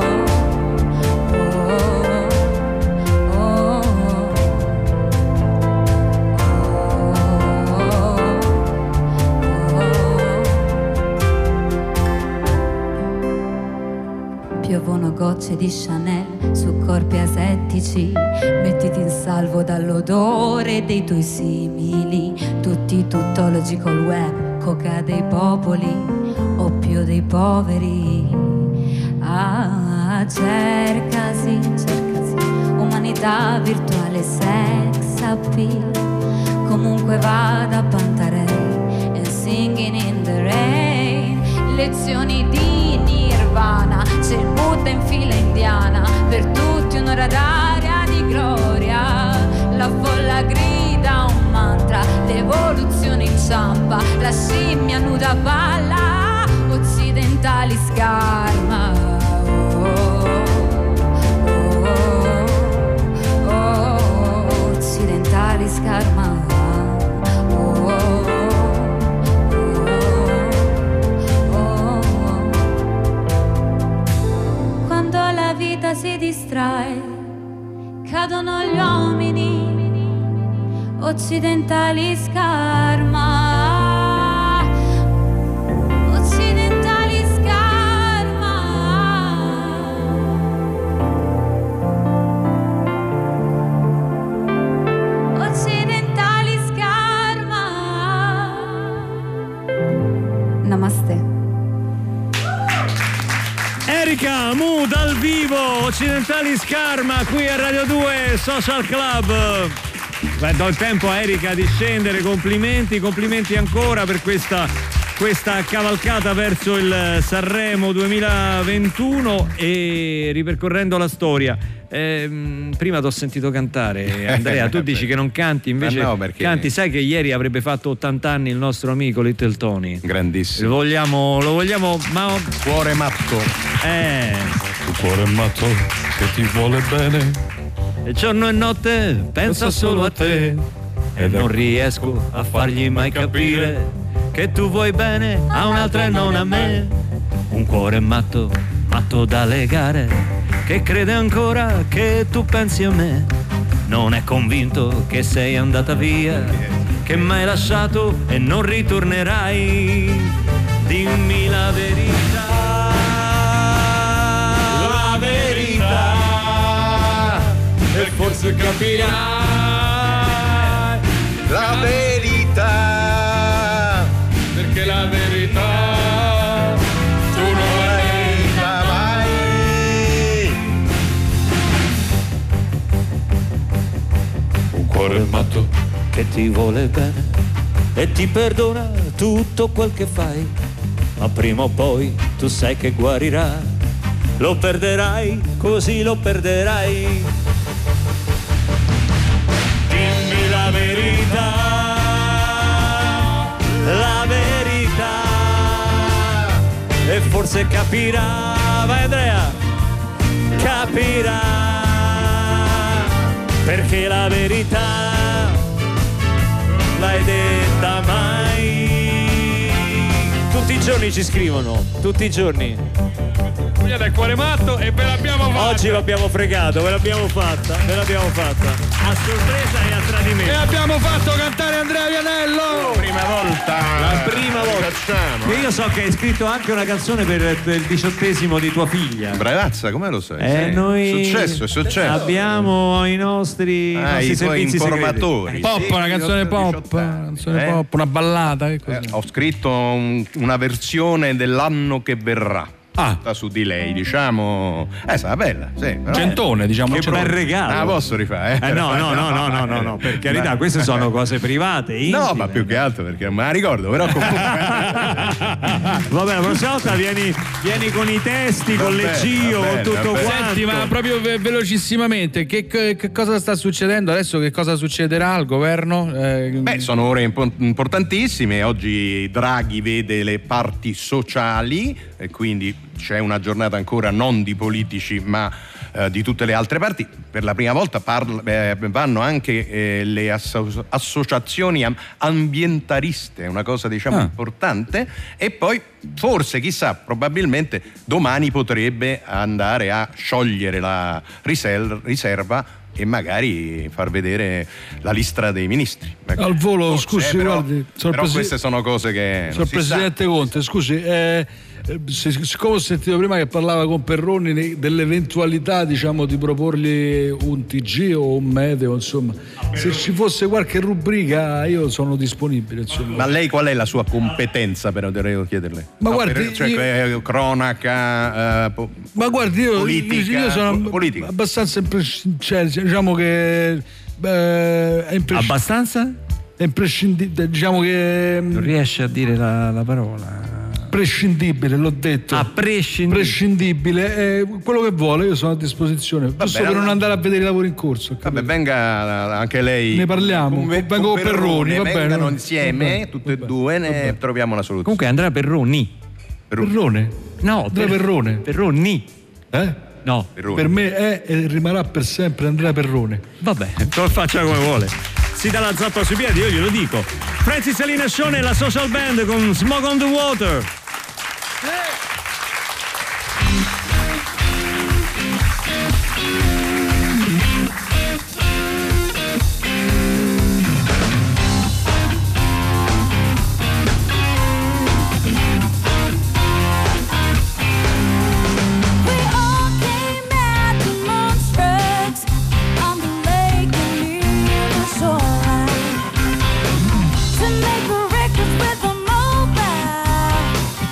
Piovono gocce di Chanel su corpi asettici, mettiti in salvo dall'odore dei tuoi simili. Tutti tuttologi col web, coca dei popoli, oppio dei poveri. Ah, cercasi, cercasi, umanità virtuale, sex appeal, comunque vada Pantarei and singing in the rain. Lezioni di Nirvana, c'è il Buddha in fila indiana, per tutti un'ora d'aria di gloria. La folla grida un mantra, l'evoluzione inciampa, la scimmia nuda balla, Occidentali Scarma. Oh, oh, oh, oh, Occidentali Scarma. Si distrae, cadono gli uomini, Occidentali Scarma. Occidentali Scarma. Occidentali Scarma. Namaste. Erika Moa dal vivo, Occidentali Scarma, qui a Radio due Social Club. Beh, do il tempo a Erika di scendere, complimenti, complimenti ancora per questa, questa cavalcata verso il Sanremo duemilaventuno. E ripercorrendo la storia, ehm, prima ti ho sentito cantare, Andrea, tu dici che non canti, invece no, perché... canti. Sai che ieri avrebbe fatto ottanta anni il nostro amico Little Tony? Grandissimo. Lo vogliamo, lo vogliamo, ma... Cuore matto. Eh. Il cuore matto che ti vuole bene. E giorno e notte pensa solo a te e non riesco a fargli mai capire che tu vuoi bene a un'altra e non a me. Un cuore matto, matto da legare, che crede ancora che tu pensi a me. non è convinto che sei andata via, che m'hai lasciato e non ritornerai. Dimmi la verità, la verità, e forse capirai la verità, perché la verità tu non l'hai mai. Un cuore matto che ti vuole bene e ti perdona tutto quel che fai, ma prima o poi tu sai che guarirà. Lo perderai, così lo perderai. Dimmi la verità, la verità, e forse capirà, vai Andrea, capirà, perché la verità l'hai detta mai. Tutti i giorni ci scrivono, tutti i giorni. Pugliata il cuore matto e ve l'abbiamo fatta. Oggi l'abbiamo fregato, ve l'abbiamo fatta, ve l'abbiamo fatta. A sorpresa e a tradimento. E abbiamo fatto cantare Andrea Vianello! Prima volta! La prima volta. Facciamo. E io so che hai scritto anche una canzone per, per il diciottesimo di tua figlia. Bravazza, come lo sai? Eh, Sì. noi Successo, è successo. Abbiamo i nostri, Ah, i nostri i tuoi servizi informatori. segreti. Pop, una canzone pop, una canzone Eh? pop, una ballata. Che cos'è? Eh, ho scritto un- una versione dell'anno che verrà. Ah. Tutta su di lei, diciamo. Eh, sarà bella, sì. però- Centone, diciamo. Che bel regalo. Ah, posso rifare? Eh, no, no, no, no, no, no, no, per carità, queste sono cose private. No, intime. ma più che altro perché non me la ricordo, però comunque. Vabbè, la prossima volta vieni, vieni con i testi, Va con bene, le Gio, va con bene, tutto va bene. quanto. Senti, ma proprio ve- velocissimamente, che, che cosa sta succedendo adesso? Che cosa succederà al governo? Eh, Beh, sono ore impo- importantissime. Oggi Draghi vede le parti sociali e quindi c'è una giornata ancora non di politici ma eh, di tutte le altre parti. Per la prima volta parla- eh, vanno anche eh, le asso- associazioni am- ambientaliste, una cosa diciamo Ah. importante, e poi forse, chissà, probabilmente domani potrebbe andare a sciogliere la risel- riserva e magari far vedere la lista dei ministri. Ecco. Al volo, Forse, scusi, eh, però, guardi, signor però Presi- queste sono cose che non Signor si sa. Presidente Conte, scusi, eh, eh, sic- siccome ho sentito prima che parlava con Perroni ne- dell'eventualità, diciamo, di proporgli un T G o un meteo, insomma, se ci fosse qualche rubrica io sono disponibile, insomma. Ma lei qual è la sua competenza, però devo chiederle? Ma No, guardi, per- cioè, io- eh, cronaca, eh, po- Ma guardi, io, politica, io sono po- politica. abbastanza imprescindibile, cioè, diciamo che eh, è imprescindibile. Abbastanza? È imprescindibile, diciamo che Non riesce a dire la, la parola. prescindibile, l'ho detto. Ah, prescindibile. prescindibile, eh, quello che vuole, io sono a disposizione. Giusto per non allora- andare a vedere i lavori in corso. Vabbè, capito? venga anche lei. Ne parliamo. con- Vengo con Perroni, va bene. vengano insieme, Vabbè, tutte e vabbè, due, ne vabbè. troviamo una soluzione. Comunque Andrea Perroni. Perrone? No, Andrea per- Perrone. Perroni. Eh? No. Perroni. Per me è e rimarrà per sempre Andrea Perrone. Vabbè, lo faccia come vuole. Si dà la zappa sui piedi, io glielo dico. Francis Salina Scione e la Social Band con Smoke on the Water. We all came out to Montreux on the lake and near the shoreline to make a record with a mobile.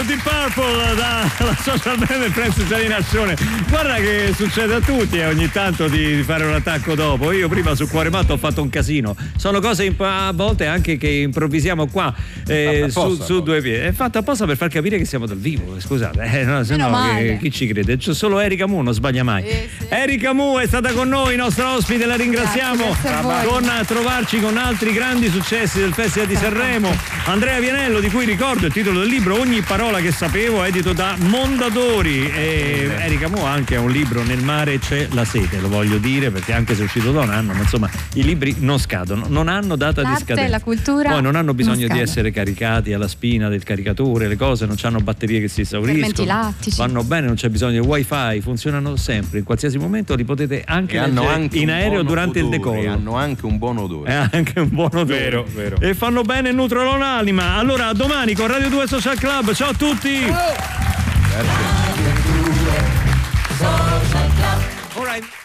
Deep Purple dalla social band Francis Alinascione. Guarda che succede a tutti eh, ogni tanto di, di fare un attacco dopo. Io prima su Cuore Matto ho fatto un casino. Sono cose imp- a volte anche che improvvisiamo qua eh, su, su due piedi. È fatto apposta per far capire che siamo dal vivo. Scusate, eh, no, se no che, chi ci crede? C'è solo Erika Mu, non sbaglia mai. Eh, sì. Erika Mu è stata con noi, nostra ospite, la ringraziamo. Con a trovarci con altri grandi successi del Festival di Sanremo. Andrea Vianello, di cui ricordo il titolo del libro Ogni parola che sapevo, edito da Mondadori. E Erika Mu ha anche un libro, Nel mare c'è la sete, lo voglio dire perché anche se è uscito da un anno, ma insomma i libri non scadono, non hanno data L'arte, di scadenza. la cultura poi non hanno bisogno non di essere caricati alla spina del caricatore, le cose non hanno batterie che si esauriscono, fermenti lattici, vanno bene, non c'è bisogno di wifi, funzionano sempre, in qualsiasi momento li potete anche leggere anche in aereo durante odore, il decollo. Hanno anche un buon odore. È anche un buon odore. Vero, vero. E fanno bene e nutrono l'anima. Allora, a domani con Radio due Social Club. Ciao a tutti. Grazie. All right.